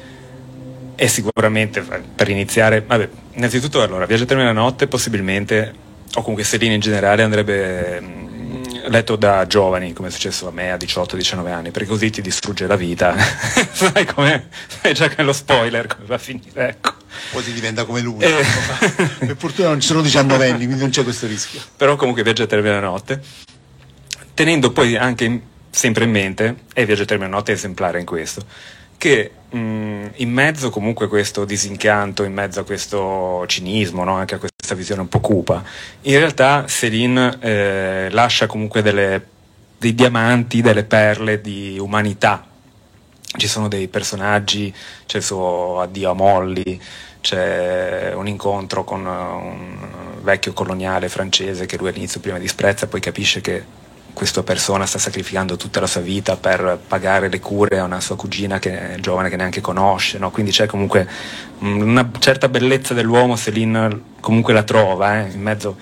è sicuramente, per iniziare, vabbè, innanzitutto allora, Viaggio al termine della notte possibilmente, o comunque Céline in generale, andrebbe mh, letto da giovani, come è successo a me a diciotto diciannove anni, perché così ti distrugge la vita. Sai come? Sai già che è lo spoiler come va a finire, ecco. Poi si diventa come lui. Eh. Per fortuna non ci sono diciannovenni, quindi non c'è questo rischio. Però comunque Viaggio al termine della notte, tenendo poi anche in, sempre in mente, e Viaggio al termine della notte è esemplare in questo, che mh, in mezzo comunque a questo disincanto, in mezzo a questo cinismo, no? Anche a questa visione un po' cupa, in realtà Céline eh, lascia comunque delle, dei diamanti, delle perle di umanità. Ci sono dei personaggi, c'è il suo addio a Molly, c'è un incontro con un vecchio coloniale francese che lui all'inizio prima disprezza, poi capisce che questa persona sta sacrificando tutta la sua vita per pagare le cure a una sua cugina che è giovane, che neanche conosce, no? Quindi c'è comunque una certa bellezza dell'uomo, Céline comunque la trova, eh? In mezzo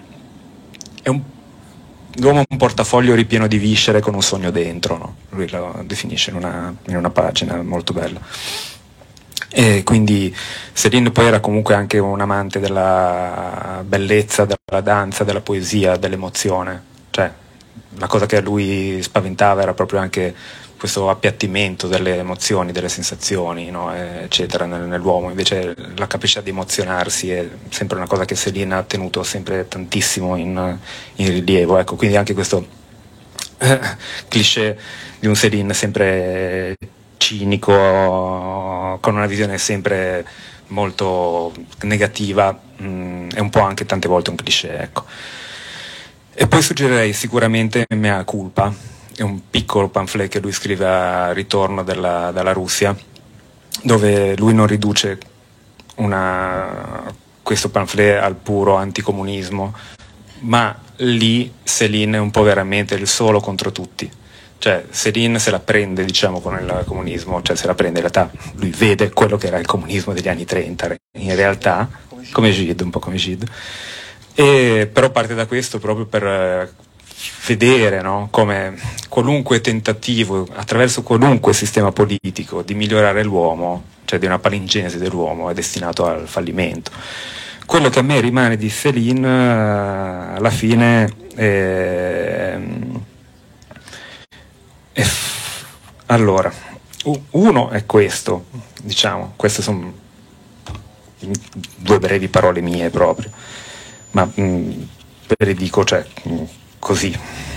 è un, l'uomo è un portafoglio ripieno di viscere con un sogno dentro, no? Lui lo definisce in una, in una pagina molto bella. E quindi Céline poi era comunque anche un amante della bellezza, della danza, della poesia, dell'emozione, cioè la cosa che a lui spaventava era proprio anche questo appiattimento delle emozioni, delle sensazioni, no? Eccetera, nell'uomo. Invece la capacità di emozionarsi è sempre una cosa che Céline ha tenuto sempre tantissimo in, in rilievo, ecco. Quindi anche questo eh, cliché di un Céline sempre cinico, con una visione sempre molto negativa, mh, è un po' anche tante volte un cliché, ecco. E poi suggerirei sicuramente Mea Culpa, è un piccolo pamphlet che lui scrive a ritorno della, dalla Russia, dove lui non riduce una, questo pamphlet al puro anticomunismo, ma lì Céline è un po' veramente il solo contro tutti. Cioè Céline se la prende, diciamo, con il comunismo, cioè se la prende in realtà, lui vede quello che era il comunismo degli anni trenta, in realtà, come Gide, un po' come Gide. E però parte da questo proprio per eh, vedere, no? Come qualunque tentativo, attraverso qualunque sistema politico, di migliorare l'uomo, cioè di una palingenesi dell'uomo, è destinato al fallimento. Quello che a me rimane di Céline eh, alla fine è, è allora, uno è questo, diciamo, queste sono due brevi parole mie proprio, ma mh, ve le dico, cioè, mh, così.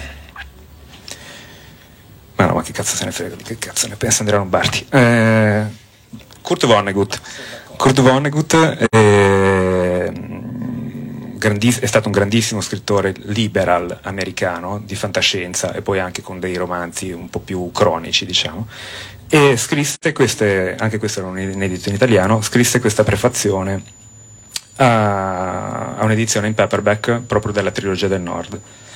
Ma no, ma che cazzo se ne frega, che cazzo ne pensa Andrea Lombardi? Eh, Kurt Vonnegut. Kurt Vonnegut è, grandiss- è stato un grandissimo scrittore liberal americano di fantascienza e poi anche con dei romanzi un po' più cronici, diciamo. E scrisse queste, anche questo era un inedito in italiano, scrisse questa prefazione a, a un'edizione in paperback proprio della trilogia del Nord.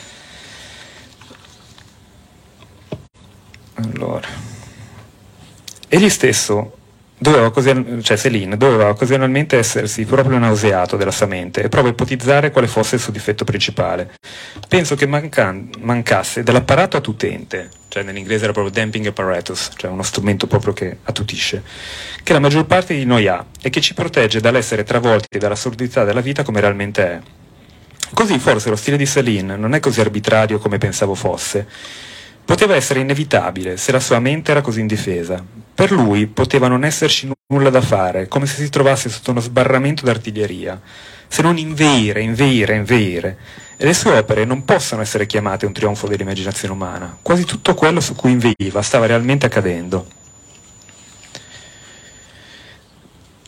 Allora, egli stesso doveva, cioè Céline, doveva occasionalmente essersi proprio nauseato della sua mente e proprio ipotizzare quale fosse il suo difetto principale. Penso che mancan- mancasse dell'apparato attutente, cioè nell'inglese era proprio damping apparatus, cioè uno strumento proprio che attutisce, che la maggior parte di noi ha e che ci protegge dall'essere travolti dall'assurdità della vita come realmente è. Così forse lo stile di Céline non è così arbitrario come pensavo fosse. Poteva essere inevitabile se la sua mente era così indifesa. Per lui poteva non esserci nulla da fare, come se si trovasse sotto uno sbarramento d'artiglieria, se non inveire, inveire, inveire. E le sue opere non possono essere chiamate un trionfo dell'immaginazione umana. Quasi tutto quello su cui inveiva stava realmente accadendo.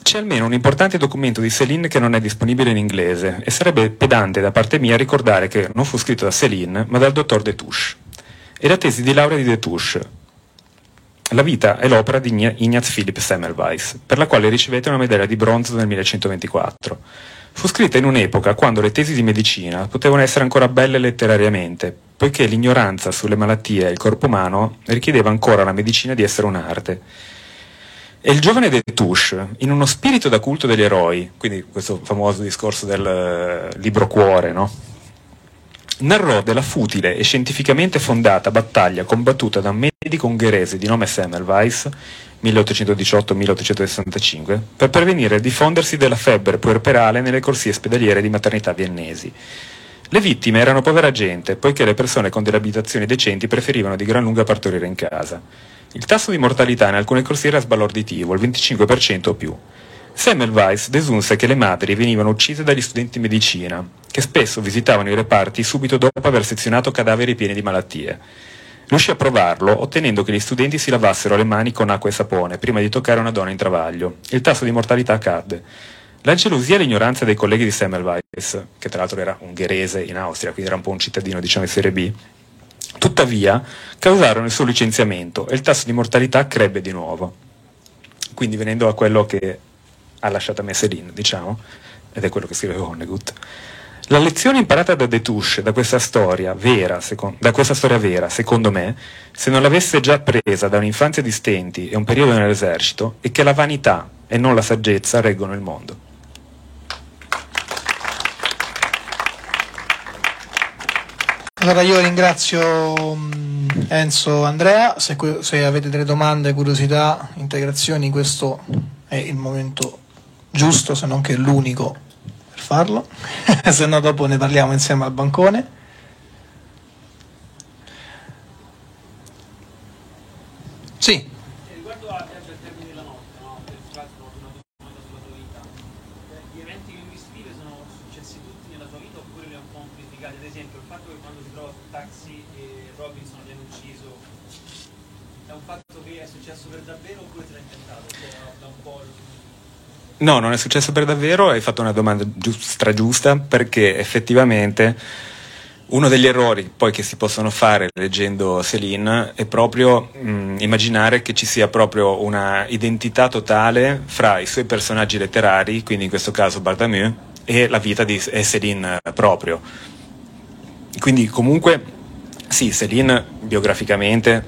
C'è almeno un importante documento di Céline che non è disponibile in inglese e sarebbe pedante da parte mia ricordare che non fu scritto da Céline ma dal dottor Destouches. È la tesi di laurea di Destouches, la vita e l'opera di Ignaz Philipp Semmelweis, per la quale ricevette una medaglia di bronzo nel millecentoventiquattro. Fu scritta in un'epoca quando le tesi di medicina potevano essere ancora belle letterariamente, poiché l'ignoranza sulle malattie e il corpo umano richiedeva ancora alla medicina di essere un'arte. E il giovane Destouches, in uno spirito da culto degli eroi, quindi questo famoso discorso del uh, libro cuore, no? Narrò della futile e scientificamente fondata battaglia combattuta da un medico ungherese di nome Semmelweis, milleottocentodiciotto milleottocentosessantacinque, per prevenire il diffondersi della febbre puerperale nelle corsie ospedaliere di maternità viennesi. Le vittime erano povera gente, poiché le persone con delle abitazioni decenti preferivano di gran lunga partorire in casa. Il tasso di mortalità in alcune corsie era sbalorditivo, il venticinque per cento o più. Semmelweis desunse che le madri venivano uccise dagli studenti di medicina, che spesso visitavano i reparti subito dopo aver sezionato cadaveri pieni di malattie. Riuscì a provarlo ottenendo che gli studenti si lavassero le mani con acqua e sapone prima di toccare una donna in travaglio. Il tasso di mortalità cadde. La gelosia e l'ignoranza dei colleghi di Semmelweis, che tra l'altro era ungherese in Austria, quindi era un po' un cittadino diciamo di serie B, tuttavia causarono il suo licenziamento e il tasso di mortalità crebbe di nuovo. Quindi venendo a quello che ha lasciato a me Céline, diciamo, ed è quello che scrive Vonnegut. La lezione imparata da Destouches da questa storia vera, secondo, da questa storia vera, secondo me, se non l'avesse già presa da un'infanzia di stenti e un periodo nell'esercito, è che la vanità e non la saggezza reggono il mondo. Allora io ringrazio Enzo, Andrea, se, se avete delle domande, curiosità, integrazioni, questo è il momento giusto, se non che è l'unico per farlo, se no dopo ne parliamo insieme al bancone. Sì. Riguardo al viaggio al termine della notte, no? Per l'altro una domanda sulla tua vita. Gli eventi che lui scrive sono successi tutti nella tua vita oppure li ha un po' amplificati? Ad esempio il fatto che quando si trova Taxi e Robinson viene ucciso è un fatto che è successo per davvero oppure te l'ha inventato? Cioè, da un po' No, non è successo per davvero, hai fatto una domanda giusta, giusta perché effettivamente uno degli errori poi che si possono fare leggendo Céline è proprio mh, immaginare che ci sia proprio una identità totale fra i suoi personaggi letterari, quindi in questo caso Barthélemy, e la vita di e Céline proprio. Quindi comunque sì, Céline biograficamente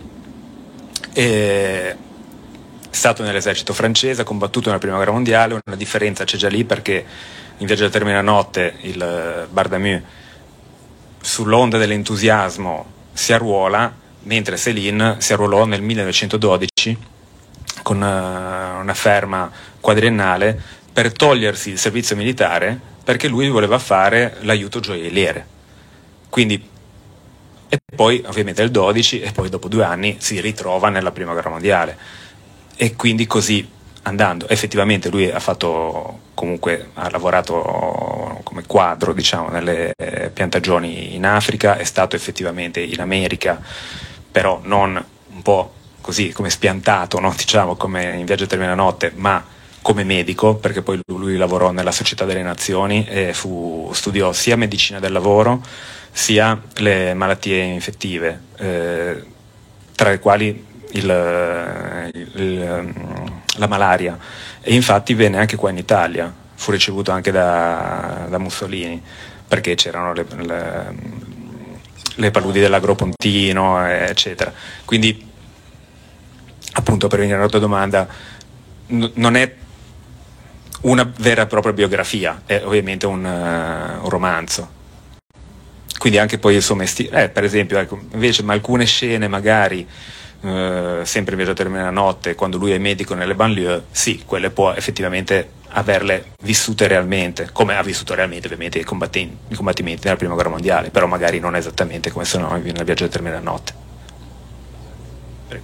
è stato nell'esercito francese, ha combattuto nella prima guerra mondiale, una differenza c'è già lì perché in Viaggio al termine della notte il Barthélemy sull'onda dell'entusiasmo si arruola, mentre Céline si arruolò nel millenovecentododici con una ferma quadriennale per togliersi il servizio militare perché lui voleva fare l'aiuto gioielliere. Quindi, e poi ovviamente il dodici e poi dopo due anni si ritrova nella prima guerra mondiale. E quindi così andando, effettivamente lui ha fatto comunque ha lavorato come quadro diciamo nelle piantagioni in Africa, è stato effettivamente in America, però non un po' così come spiantato, no? Diciamo come in Viaggio al termine della notte, ma come medico, perché poi lui lavorò nella Società delle Nazioni e fu, studiò sia medicina del lavoro sia le malattie infettive, eh, tra le quali Il, il, la malaria, e infatti venne anche qua in Italia, fu ricevuto anche da, da Mussolini perché c'erano le, le, le paludi dell'Agropontino eccetera. Quindi appunto, per venire alla tua domanda, n- non è una vera e propria biografia, è ovviamente un, uh, un romanzo. Quindi anche poi il suo mestiere, eh, per esempio, ecco, invece ma alcune scene magari Uh, sempre in Viaggio al termine della notte, quando lui è medico nelle banlieue, sì, quelle può effettivamente averle vissute realmente, come ha vissuto realmente ovviamente i, combattenti, i combattimenti nella prima guerra mondiale, però magari non esattamente come sono nel Viaggio al termine della notte. Prego.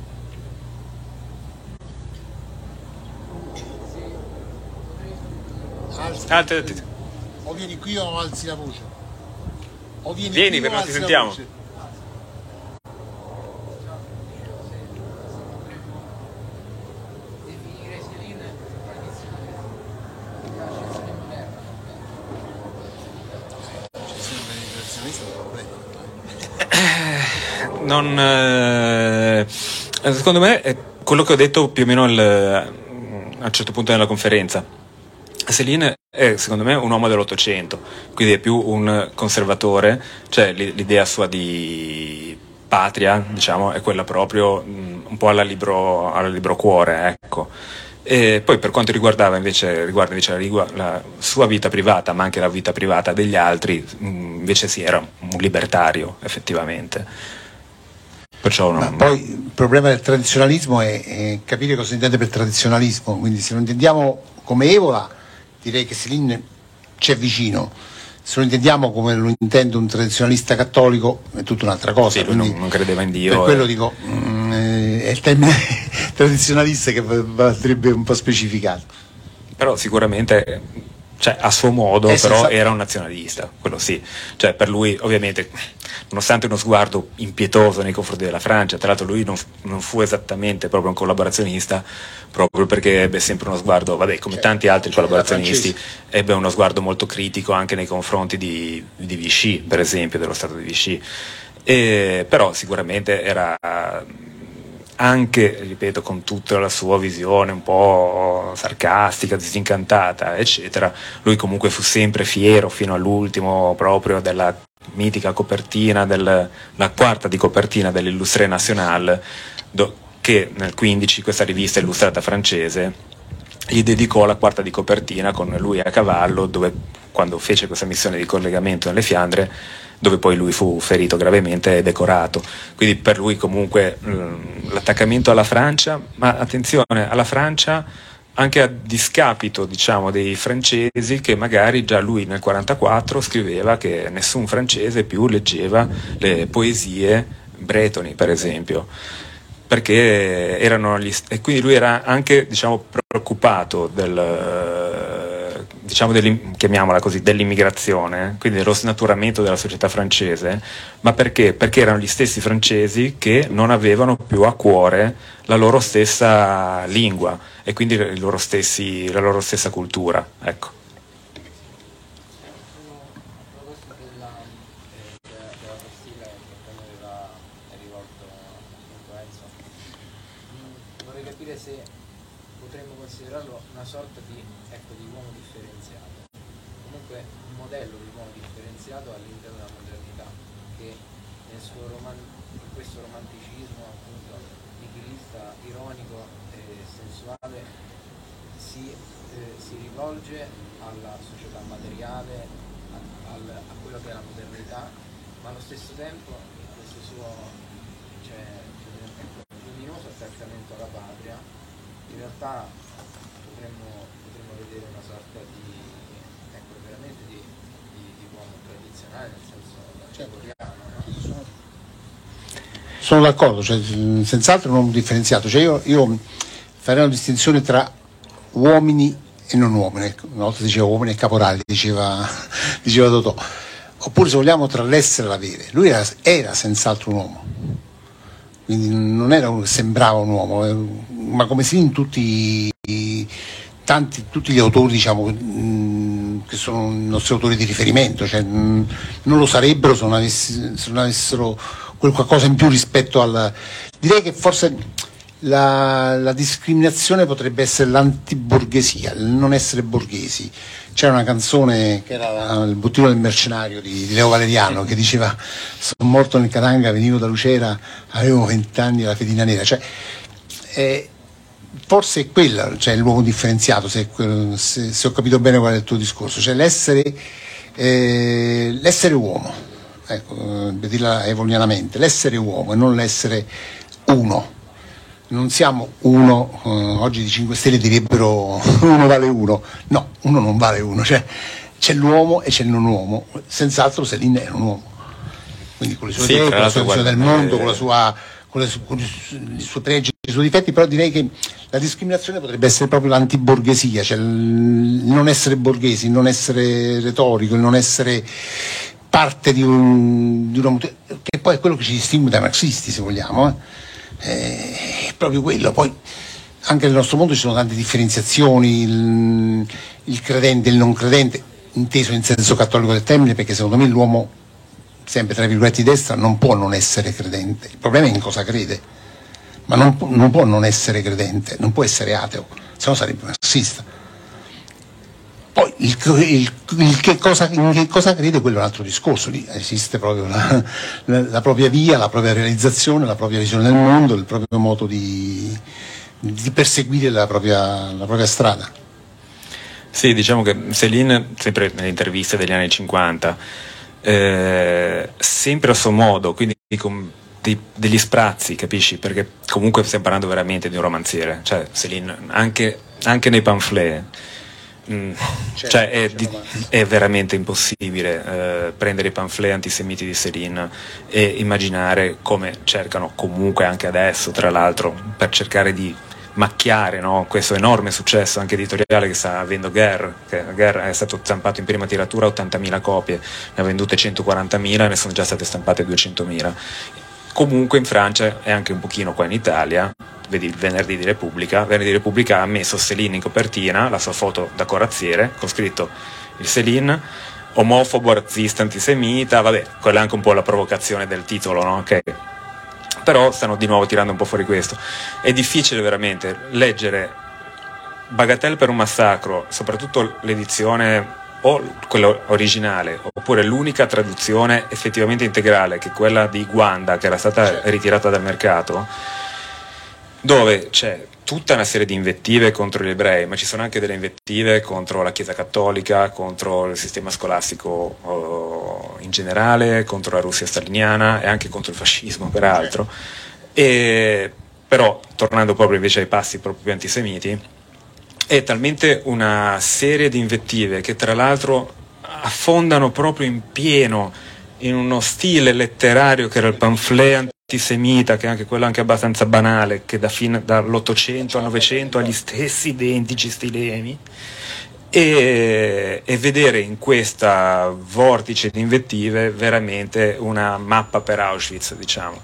Alzi, alzi. O vieni qui o alzi la voce. O vieni, vieni qui perché o non ti alzi la sentiamo. voce. Non, eh, secondo me è quello che ho detto più o meno al, a un certo punto nella conferenza. Céline è secondo me un uomo dell'Ottocento, quindi è più un conservatore, cioè l'idea sua di patria, diciamo, è quella proprio mh, un po' alla libro, alla libro cuore, ecco. E poi per quanto riguardava invece, riguarda invece la, la sua vita privata, ma anche la vita privata degli altri, mh, invece sì, era un libertario effettivamente. Perciò non... Ma poi il problema del tradizionalismo è, è capire cosa si intende per tradizionalismo, quindi se lo intendiamo come Evola direi che Céline c'è vicino, se lo intendiamo come lo intende un tradizionalista cattolico è tutta un'altra cosa. Sì, lui non, non credeva in Dio. Per quello e... dico, mh, è il termine tradizionalista che andrebbe un po' specificato. Però sicuramente... Cioè, a suo modo, eh, però, senza... era un nazionalista, quello sì. Cioè, per lui, ovviamente, nonostante uno sguardo impietoso nei confronti della Francia, tra l'altro lui non, non fu esattamente proprio un collaborazionista, proprio perché ebbe sempre uno sguardo, vabbè, come cioè, tanti altri cioè collaborazionisti, ebbe uno sguardo molto critico anche nei confronti di, di Vichy, per esempio, dello Stato di Vichy. E, però sicuramente era... anche, ripeto, con tutta la sua visione un po' sarcastica, disincantata, eccetera, lui comunque fu sempre fiero fino all'ultimo proprio della mitica copertina, del, la quarta di copertina dell'Illustré National, do, che nel quindici questa rivista illustrata francese gli dedicò la quarta di copertina con lui a cavallo, dove quando fece questa missione di collegamento nelle Fiandre, dove poi lui fu ferito gravemente e decorato. Quindi per lui comunque mh, l'attaccamento alla Francia, ma attenzione, alla Francia anche a discapito, diciamo, dei francesi, che magari già lui nel quarantaquattro scriveva che nessun francese più leggeva le poesie bretoni, per esempio, perché erano gli st- e quindi lui era anche, diciamo, preoccupato del, diciamo, chiamiamola così, dell'immigrazione, quindi dello snaturamento della società francese, ma perché? Perché erano gli stessi francesi che non avevano più a cuore la loro stessa lingua e quindi i loro stessi, la loro stessa cultura, ecco. Se potremmo considerarlo una sorta di, ecco, di uomo differenziato, comunque un modello di uomo differenziato all'interno della modernità, che nel suo roman- in questo romanticismo appunto nichilista, ironico e sensuale si, eh, si rivolge alla società materiale, a, al, a quello che è la modernità, ma allo stesso tempo questo suo, cioè, luminoso attaccamento alla patria, in realtà potremmo, potremmo vedere una sorta di, ecco, veramente di, di, di uomo tradizionale, nel senso gregoriano, no? Sono, sono d'accordo, cioè, senz'altro non differenziato. Cioè io, io farei una distinzione tra uomini e non uomini. Una volta diceva uomini e caporali, diceva, diceva Totò. Oppure, se vogliamo, tra l'essere e l'avere. Lui era, era senz'altro un uomo. Quindi non era uno che sembrava un uomo, ma come sì in tutti, tanti, tutti gli autori, diciamo, mh, che sono i nostri autori di riferimento, cioè, mh, non lo sarebbero se non, avessi, se non avessero quel qualcosa in più rispetto al... Direi che forse la, la discriminazione potrebbe essere l'antiborghesia, il non essere borghesi. C'era una canzone che era Il bottino del mercenario di, di Leo Valeriano, che diceva: sono morto nel Katanga, venivo da Lucera, avevo vent'anni, la fedina nera. Cioè, eh, forse è quella, cioè, l'uomo differenziato, se, se, se ho capito bene qual è il tuo discorso, cioè l'essere, eh, l'essere uomo, ecco, per dirla evolianamente, l'essere uomo e non l'essere uno. Non siamo uno, eh, oggi di cinque Stelle direbbero uno vale uno, no, uno non vale uno, cioè c'è l'uomo e c'è il non uomo, senz'altro Céline era un uomo, quindi con le sue sì, idee, con la sua visione del mondo, eh... con, la sua, con, le, con i suoi pregi e i suoi difetti, però direi che la discriminazione potrebbe essere proprio l'antiborghesia, cioè il non essere borghesi, il non essere retorico, il non essere parte di, un, di una, che poi è quello che ci distingue dai marxisti, se vogliamo, eh. È proprio quello. Poi anche nel nostro mondo ci sono tante differenziazioni, il, il credente e il non credente, inteso in senso cattolico del termine, perché secondo me l'uomo sempre tra virgolette di destra, non può non essere credente. Il problema è in cosa crede, ma non, non può non essere credente, non può essere ateo, se no sarebbe marxista. Poi il, il, il che cosa, in che cosa crede, quello è un altro discorso. Lì esiste proprio la, la, la propria via, la propria realizzazione, la propria visione del mondo, il proprio modo di, di perseguire la propria, la propria strada. Sì, diciamo che Céline, sempre nelle interviste degli anni cinquanta, eh, sempre a suo modo, quindi con dei, degli sprazzi, capisci? Perché comunque stiamo parlando veramente di un romanziere, cioè Céline, anche, anche nei pamphlet, mh, certo, cioè è, di, è veramente impossibile eh, prendere i pamphlet antisemiti di Céline e immaginare come cercano comunque anche adesso, tra l'altro, per cercare di macchiare, no, questo enorme successo anche editoriale che sta avendo Guerre, che Guerre è stato stampato in prima tiratura ottantamila copie, ne ha vendute centoquarantamila e ne sono già state stampate duecentomila. Comunque in Francia e anche un pochino qua in Italia, vedi il Venerdì di Repubblica, Venerdì di Repubblica ha messo Céline in copertina, la sua foto da corazziere, con scritto il Céline omofobo, razzista, antisemita, vabbè, quella è anche un po' la provocazione del titolo, no? Okay. Però stanno di nuovo tirando un po' fuori questo. È difficile veramente leggere Bagatelle per un massacro, soprattutto l'edizione o quella originale, oppure l'unica traduzione effettivamente integrale, che è quella di Guanda, che era stata ritirata dal mercato, dove c'è tutta una serie di invettive contro gli ebrei, ma ci sono anche delle invettive contro la Chiesa Cattolica, contro il sistema scolastico oh, in generale, contro la Russia staliniana e anche contro il fascismo, peraltro. E, però, tornando proprio invece ai passi proprio più antisemiti, è talmente una serie di invettive che tra l'altro affondano proprio in pieno in uno stile letterario che era il pamphlet antisemita, che è anche quello anche abbastanza banale, che da fine, dall'Ottocento al Novecento ha gli stessi identici stilemi, e, e vedere in questa vortice di invettive veramente una mappa per Auschwitz, diciamo.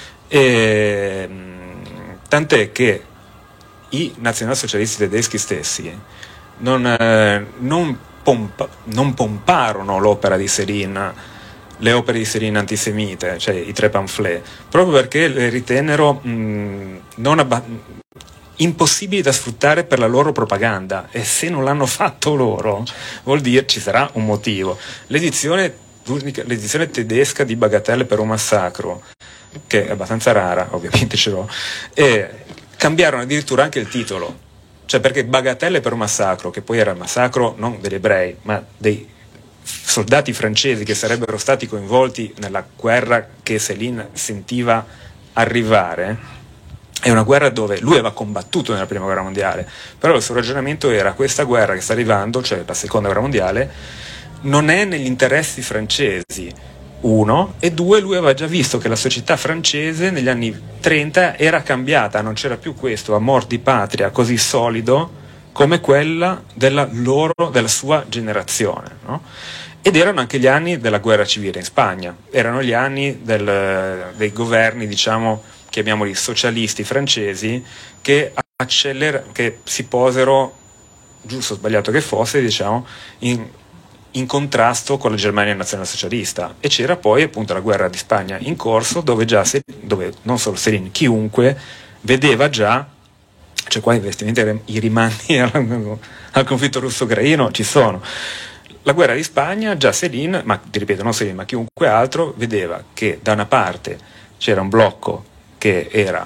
E, tant'è che i nazionalsocialisti tedeschi stessi non, eh, non, pompa, non pomparono l'opera di Céline, le opere di Céline antisemite, cioè i tre pamphlet, proprio perché le ritennero mh, non abba- impossibili da sfruttare per la loro propaganda, e se non l'hanno fatto loro vuol dire ci sarà un motivo. L'edizione, l'edizione tedesca di Bagatelle per un massacro, che è abbastanza rara, ovviamente ce l'ho, e cambiarono addirittura anche il titolo, cioè perché Bagatelle per un massacro, che poi era il massacro non degli ebrei ma dei soldati francesi che sarebbero stati coinvolti nella guerra che Céline sentiva arrivare, è una guerra dove lui aveva combattuto nella prima guerra mondiale, però il suo ragionamento era: questa guerra che sta arrivando, cioè la seconda guerra mondiale, non è negli interessi francesi, uno, e due, lui aveva già visto che la società francese negli anni trenta era cambiata, non c'era più questo amor di patria così solido come quella della loro, della sua generazione, no? Ed erano anche gli anni della guerra civile in Spagna, erano gli anni del, dei governi, diciamo, chiamiamoli socialisti francesi, che, acceler- che si posero, giusto o sbagliato che fosse, diciamo, in, in contrasto con la Germania nazionalsocialista, e c'era poi appunto la guerra di Spagna in corso, dove già, dove non solo Céline, chiunque vedeva già, cioè qua investimenti, i rimandi al, al conflitto russo-ucraino ci sono. La guerra di Spagna, già Céline, ma ti ripeto, non Céline, ma chiunque altro, vedeva che da una parte c'era un blocco che era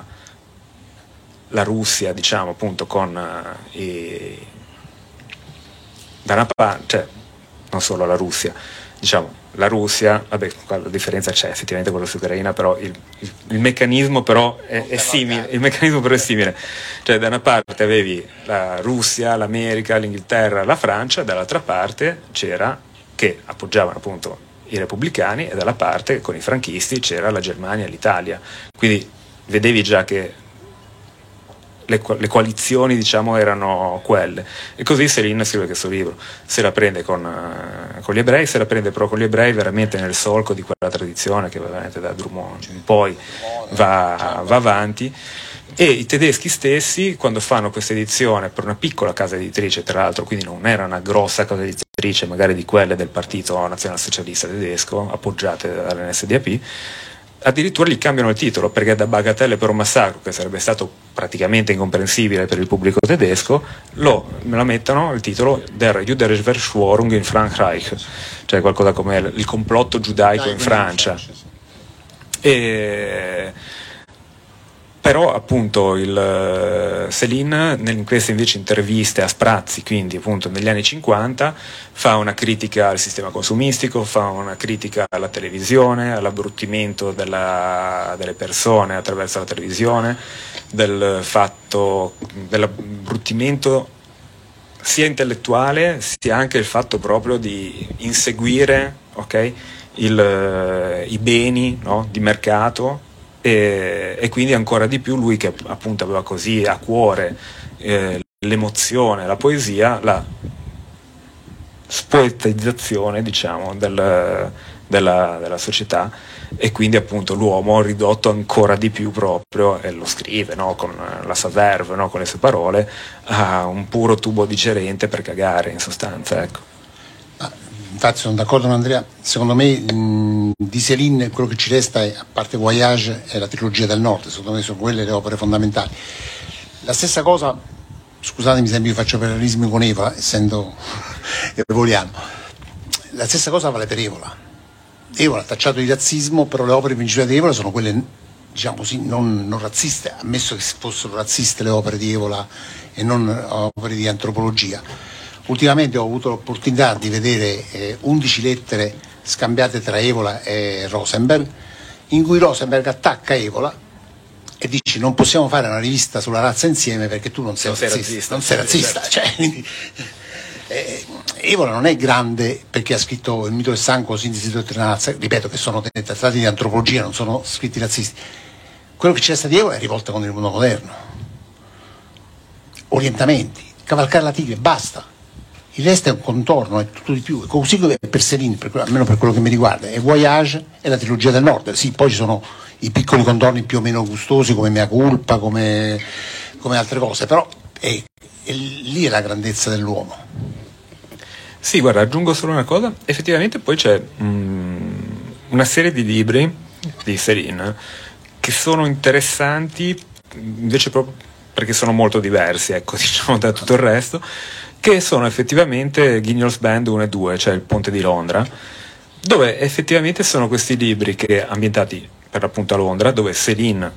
la Russia, diciamo, appunto, con uh, i, da una parte, cioè non solo la Russia, diciamo, la Russia, vabbè, la differenza c'è effettivamente con la Ucraina, però il, il, il meccanismo però è, è simile, il meccanismo però è simile, cioè da una parte avevi la Russia, l'America, l'Inghilterra, la Francia, dall'altra parte c'era, che appoggiavano appunto i repubblicani, e dalla parte con i franchisti c'era la Germania e l'Italia, quindi vedevi già che Le, le coalizioni, diciamo, erano quelle, e così Céline scrive questo libro, se la prende con, uh, con gli ebrei, se la prende però con gli ebrei veramente nel solco di quella tradizione che veramente da Drummond in poi va, va avanti, E i tedeschi stessi, quando fanno questa edizione per una piccola casa editrice, tra l'altro, quindi non era una grossa casa editrice, magari di quelle del Partito Nazionalsocialista Tedesco, appoggiate dall'N S D A P, addirittura gli cambiano il titolo, perché da Bagatelle per un massacro, che sarebbe stato praticamente incomprensibile per il pubblico tedesco, lo me la mettono il titolo Der Judenverschwörung in Frankreich, cioè qualcosa come il complotto giudaico in Francia. E però appunto il Céline in queste invece interviste a sprazzi, quindi appunto negli anni cinquanta, fa una critica al sistema consumistico, fa una critica alla televisione, all'abbruttimento della, delle persone attraverso la televisione, del fatto dell'abbruttimento sia intellettuale sia anche il fatto proprio di inseguire, okay, il, i beni, no, di mercato. E, e quindi ancora di più lui, che appunto aveva così a cuore eh, l'emozione, la poesia, la spoetizzazione, diciamo, del, della, della società, e quindi appunto l'uomo ridotto ancora di più proprio, e lo scrive, no, con la sua verve, no, con le sue parole, a un puro tubo digerente per cagare, in sostanza, ecco. Infatti sono d'accordo con Andrea, secondo me mh, di Céline quello che ci resta è, a parte Voyage, è la trilogia del Nord, secondo me sono quelle le opere fondamentali. La stessa cosa, scusatemi se io faccio parallelismi con Evola, essendo evoliano, la stessa cosa vale per Evola. Evola ha tacciato di razzismo, però le opere principali di Evola sono quelle, diciamo così, non, non razziste, ammesso che fossero razziste le opere di Evola e non opere di antropologia. Ultimamente ho avuto l'opportunità di vedere eh, undici lettere scambiate tra Evola e Rosenberg, in cui Rosenberg attacca Evola e dice: non possiamo fare una rivista sulla razza insieme perché tu non sei, non razzista, razzista, non sei razzista. Cioè, quindi, eh, Evola non è grande perché ha scritto Il mito del sangue, Sintesi dottrinale, ripeto che sono trattati di antropologia, non sono scritti razzisti. Quello che c'è stato di Evola è rivolta contro il mondo moderno, orientamenti, cavalcare la tigre, basta. Il resto è un contorno, è tutto di più, così come per Céline, per, almeno per quello che mi riguarda, è Voyage e la trilogia del Nord. Sì, poi ci sono i piccoli contorni più o meno gustosi come Mea Culpa, come, come altre cose, però è, è, lì è la grandezza dell'uomo. Sì, guarda, aggiungo solo una cosa, effettivamente poi c'è mh, una serie di libri di Céline che sono interessanti invece proprio perché sono molto diversi, ecco, diciamo, da tutto il resto, che sono effettivamente Guignol's Band uno e due, cioè Il Ponte di Londra, dove effettivamente sono questi libri che ambientati per l'appunto a Londra, dove Céline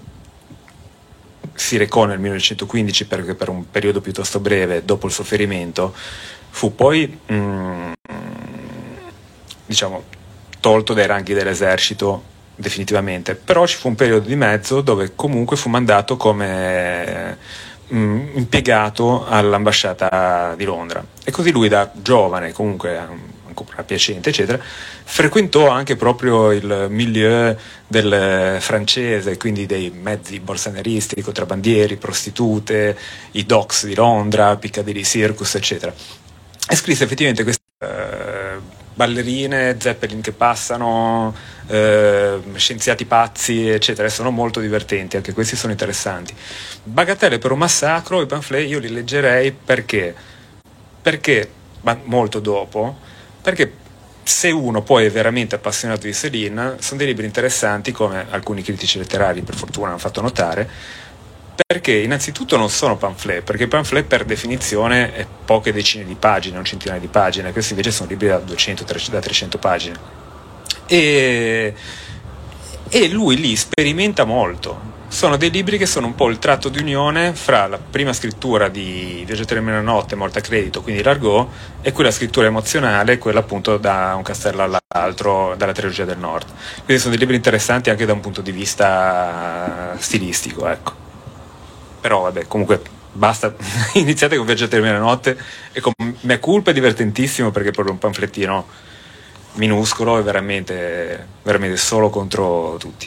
si recò nel millenovecentoquindici perché per un periodo piuttosto breve, dopo il suo ferimento, fu poi mh, diciamo tolto dai ranghi dell'esercito definitivamente, però ci fu un periodo di mezzo dove comunque fu mandato come mh, impiegato all'ambasciata di Londra, e così lui da giovane, comunque ancora piacente eccetera, frequentò anche proprio il milieu del francese, quindi dei mezzi borsaneristi, contrabbandieri, prostitute, i docks di Londra, Piccadilly Circus eccetera, e scrisse effettivamente queste uh, ballerine, zeppelin che passano, eh, scienziati pazzi eccetera, e sono molto divertenti, anche questi sono interessanti. Bagatelle per un massacro, i pamphlet io li leggerei perché perché ma molto dopo, perché se uno poi è veramente appassionato di Céline, sono dei libri interessanti, come alcuni critici letterari per fortuna hanno fatto notare, perché innanzitutto non sono pamphlet, perché il pamphlet per definizione è poche decine di pagine, un centinaio di pagine, questi invece sono libri da duecento da trecento pagine, e, e lui lì sperimenta molto. Sono dei libri che sono un po' il tratto di unione fra la prima scrittura di Viaggiatore nella notte, Morte a credito, quindi Largo, e quella scrittura emozionale, quella appunto da Un castello all'altro, dalla trilogia del Nord. Quindi sono dei libri interessanti anche da un punto di vista stilistico, ecco. Però vabbè, comunque basta, iniziate con Viaggiatore nella notte, e con Mea Culpa è divertentissimo perché è proprio un pamflettino minuscolo e veramente, veramente solo contro tutti.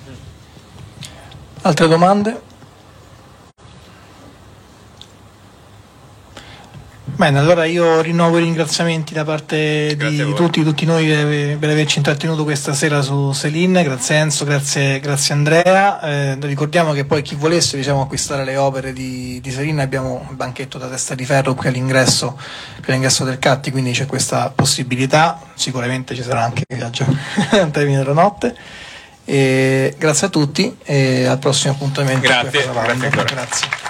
Altre domande? Bene, allora io rinnovo i ringraziamenti da parte Grazie di tutti, tutti noi per, per averci intrattenuto questa sera su Céline. Grazie Enzo, grazie, grazie Andrea. Eh, ricordiamo che poi chi volesse, diciamo, acquistare le opere di, di Céline, abbiamo un banchetto da testa di ferro qui all'ingresso, qui all'ingresso del Catti, quindi c'è questa possibilità. Sicuramente ci sarà anche il viaggio al termine della notte. E grazie a tutti e al prossimo appuntamento. Grazie, grazie ancora. Grazie.